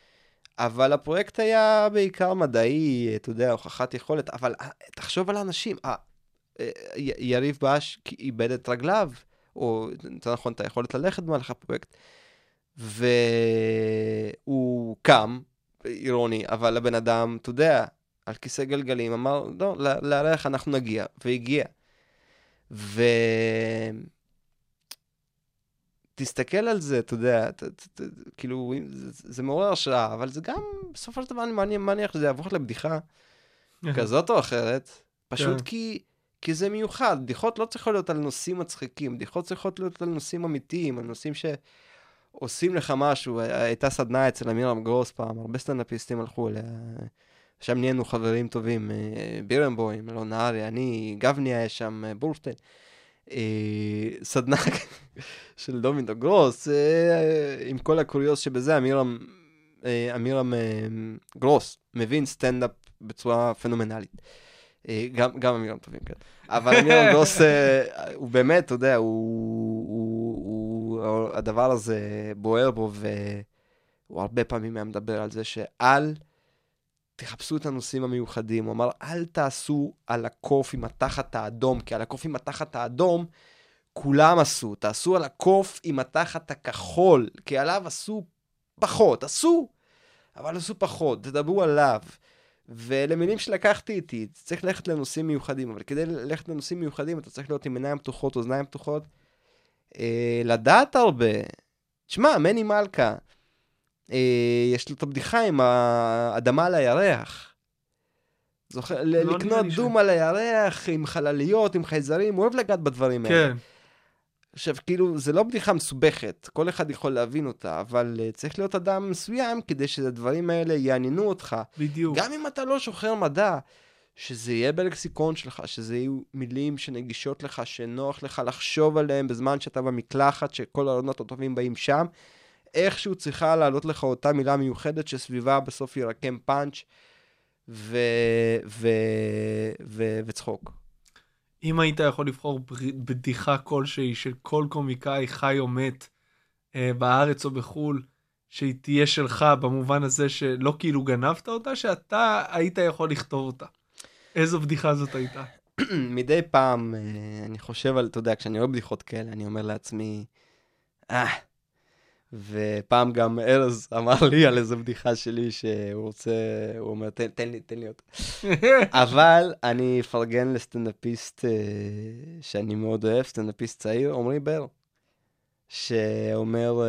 אבל הפרויקט היה בעיקר מדעי, אתה יודע, הוכחת יכולת, אבל תחשוב על האנשים, י- יריב באש איבד את רגליו, או יותר נכון, את היכולת ללכת במהלך הפרויקט, והוא קם, אירוני, אבל הבן אדם, אתה יודע, על כיסא גלגלים, אמר, לא, לארח אנחנו נגיע, והגיע. ותסתכל על זה, אתה יודע, ת, ת, ת, כאילו, זה, זה מעורר השראה, אבל זה גם, בסופו של דבר, אני מניח שזה יעבור לבדיחה כזאת או אחרת, פשוט כי, כי זה מיוחד. בדיחות לא צריכות להיות על נושאים מצחיקים, בדיחות צריכות להיות על נושאים אמיתיים, על נושאים שעושים לך משהו. הייתה סדנה אצל אמירם גרוס פעם, הרבה סטנדאפיסטים הלכו אליה, שם נהיינו חברים טובים, בירנבוים, אלון נהרי, אני, גבני היה שם, בורשטיין. סדנה של דומינו גרוס, עם כל הקוריוז שבזה, אמירם, אמירם גרוס מבין סטנדאפ בצורה פנומנלית. גם, גם אמירם טובים, כן. אבל אמירם גרוס, הוא באמת, אתה יודע, הוא, הוא, הוא, הדבר הזה בוער בו, והוא הרבה פעמים היה מדבר על זה שעל תחפשו את הנושאים המיוחדים. הוא אמר, אל תעשו על הקוף עם התחת האדום, כי על הקוף עם התחת האדום כולם עשו. תעשו על הקוף עם התחת הכחול, כי עליו עשו פחות. עשו, אבל עשו פחות. תדברו עליו. ולמילים שלקחתי איתי, צריך ללכת לנושאים מיוחדים, אבל כדי ללכת לנושאים מיוחדים, אתה צריך להיות עם עיניים פתוחות, אוזניים פתוחות, אה, לדעת הרבה. תשמע, מני מלכה, יש לו את הבדיחה עם האדמה על הירח. זוכר, לקנות דום על הירח, עם חלליות, עם חייזרים, הוא אוהב לגעת בדברים האלה. כן. עכשיו, כאילו, זה לא בדיחה מסובכת, כל אחד יכול להבין אותה, אבל uh, צריך להיות אדם מסוים כדי שהדברים האלה יעניינו אותך. בדיוק. גם אם אתה לא שוחר מדע, שזה יהיה בלקסיקון שלך, שזה יהיו מילים שנגישות לך, שנוח לך לחשוב עליהם בזמן שאתה במקלחת, שכל הרעיונות הטובים באים שם, איכשהו צריכה לעלות לך אותה מילה מיוחדת שסביבה בסוף ירקם פאנץ' ו... ו... ו... וצחוק. אם היית יכול לבחור בדיחה כלשהי של כל קומיקאי חי או מת אה, בארץ או בחול, שהיא תהיה שלך במובן הזה שלא כאילו גנבת אותה, שאתה היית יכול לכתוב אותה. איזו בדיחה זאת הייתה? מדי פעם אני חושב על, אתה יודע, כשאני רואה בדיחות כאלה, אני אומר לעצמי, אה, ופעם גם ארז אמר לי על איזו בדיחה שלי שהוא רוצה, הוא אומר, תן, תן לי, תן לי אותה. אבל אני אפרגן לסטנדאפיסט שאני מאוד אוהב, סטנדאפיסט צעיר, עמרי בר, שאומר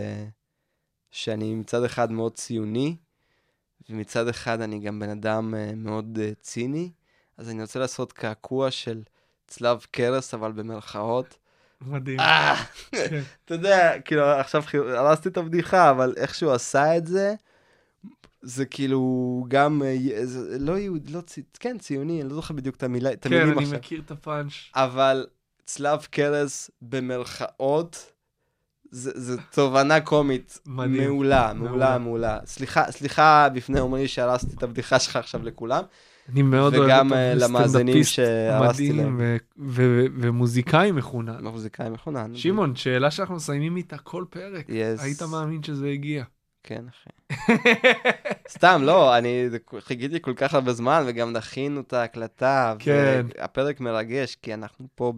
שאני מצד אחד מאוד ציוני, ומצד אחד אני גם בן אדם מאוד ציני, אז אני רוצה לעשות קעקוע של צלב קרס, אבל במרכאות. מדהים. אתה יודע, כאילו, עכשיו הרסתי את הבדיחה, אבל איך שהוא עשה את זה, זה כאילו גם, לא יהוד, לא ציוני, כן, ציוני, אני לא זוכר בדיוק את המילה, את המילים עכשיו. כן, אני מכיר את הפאנץ'. אבל צלב קרס במרכאות, זו תובנה קומית מעולה, מעולה, מעולה. סליחה, סליחה בפני עומרי שהרסתי את הבדיחה שלך עכשיו לכולם. אני מאוד אוהב וגם למאזינים שהרסתי להם. ומוזיקאי מחונן. מוזיקאי מחונן. שמעון, שאלה שאנחנו מסיימים איתה כל פרק. היית מאמין שזה הגיע? כן, אחי. סתם, לא, אני חיכיתי כל כך הרבה זמן, וגם נכינו את ההקלטה. כן. והפרק מרגש, כי אנחנו פה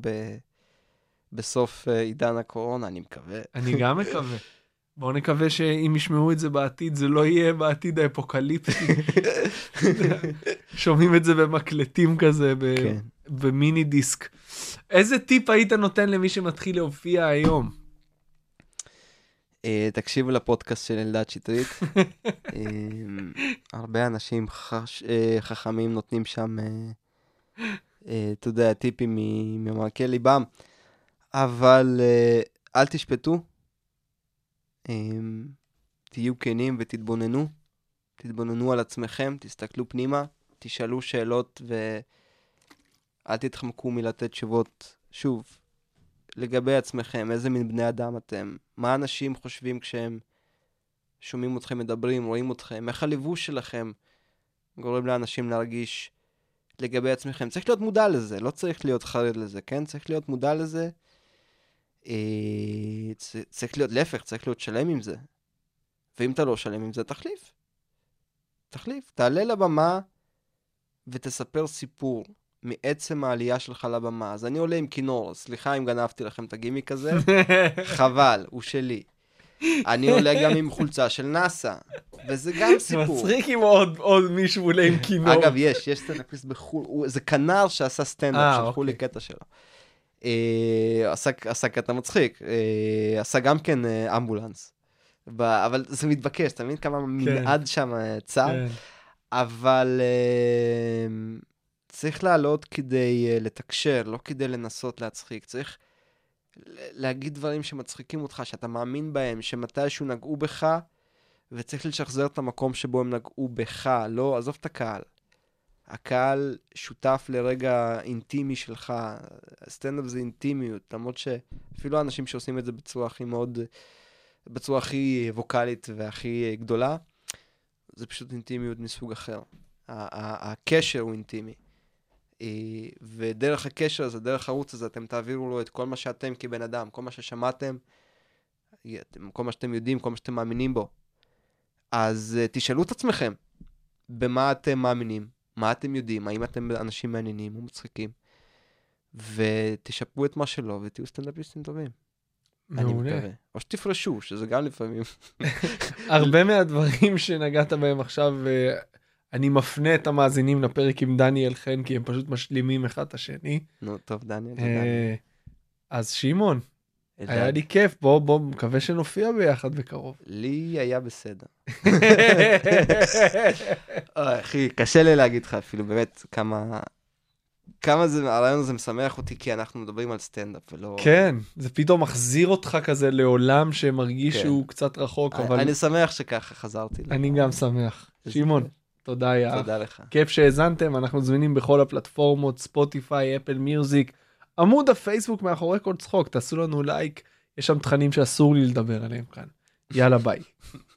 בסוף עידן הקורונה, אני מקווה. אני גם מקווה. בואו נקווה שאם ישמעו את זה בעתיד, זה לא יהיה בעתיד האפוקליפטי. שומעים את זה במקלטים כזה, במיני דיסק. איזה טיפ היית נותן למי שמתחיל להופיע היום? תקשיבו לפודקאסט של אלדד שטרית. הרבה אנשים חכמים נותנים שם, אתה יודע, טיפים ממעמקי ליבם. אבל אל תשפטו. תהיו כנים ותתבוננו, תתבוננו על עצמכם, תסתכלו פנימה, תשאלו שאלות ואל תתחמקו מלתת תשובות. שוב, לגבי עצמכם, איזה מין בני אדם אתם, מה אנשים חושבים כשהם שומעים אתכם מדברים, רואים אתכם, איך הלבוש שלכם גורם לאנשים להרגיש לגבי עצמכם. צריך להיות מודע לזה, לא צריך להיות חרד לזה, כן? צריך להיות מודע לזה. צריך להיות להפך, צריך להיות שלם עם זה. ואם אתה לא שלם עם זה, תחליף. תחליף. תעלה לבמה ותספר סיפור מעצם העלייה שלך לבמה. אז אני עולה עם כינור, סליחה אם גנבתי לכם את הגימיק הזה, חבל, הוא שלי. אני עולה גם עם חולצה של נאסא, וזה גם סיפור. מצחיק אם עוד, עוד מישהו עולה עם כינור. אגב, יש, יש סטנדאפיסט בחול, זה כנר שעשה סטנדאפ, שלחו אוקיי. לי קטע שלו. עשה, עשה קטע מצחיק, עשה גם כן אמבולנס, אבל זה מתבקש, אתה מבין כמה מנעד שם צער, אבל צריך לעלות כדי לתקשר, לא כדי לנסות להצחיק, צריך להגיד דברים שמצחיקים אותך, שאתה מאמין בהם, שמתישהו נגעו בך, וצריך לשחזר את המקום שבו הם נגעו בך, לא, עזוב את הקהל. הקהל שותף לרגע אינטימי שלך, סטנדאפ זה אינטימיות, למרות שאפילו האנשים שעושים את זה בצורה הכי מאוד, בצורה הכי ווקלית והכי גדולה, זה פשוט אינטימיות מסוג אחר. הקשר הוא אינטימי. ודרך הקשר הזה, דרך הערוץ הזה, אתם תעבירו לו את כל מה שאתם כבן אדם, כל מה ששמעתם, כל מה שאתם יודעים, כל מה שאתם מאמינים בו. אז תשאלו את עצמכם, במה אתם מאמינים? מה אתם יודעים? האם אתם אנשים מעניינים ומצחיקים? ותשפרו את מה שלא, ותהיו סטנדאפיסטים טובים. אני מקווה. או שתפרשו, שזה גם לפעמים. הרבה מהדברים שנגעת בהם עכשיו, אני מפנה את המאזינים לפרק עם דניאל חן, כי הם פשוט משלימים אחד את השני. נו, טוב, דניאל. אז שמעון, היה לי כיף, בוא, בוא, מקווה שנופיע ביחד בקרוב. לי היה בסדר. אחי, קשה לי להגיד לך אפילו, באמת, כמה, כמה זה, הרעיון הזה משמח אותי, כי אנחנו מדברים על סטנדאפ ולא... כן, זה פתאום מחזיר אותך כזה לעולם שמרגיש כן. שהוא קצת רחוק, אבל... אני שמח שככה חזרתי. אני גם שמח. שמעון, תודה יא. תודה לך. כיף שהאזנתם, אנחנו זמינים בכל הפלטפורמות, ספוטיפיי, אפל מיוזיק, עמוד הפייסבוק מאחורי כל צחוק, תעשו לנו לייק, יש שם תכנים שאסור לי לדבר עליהם כאן. יאללה ביי.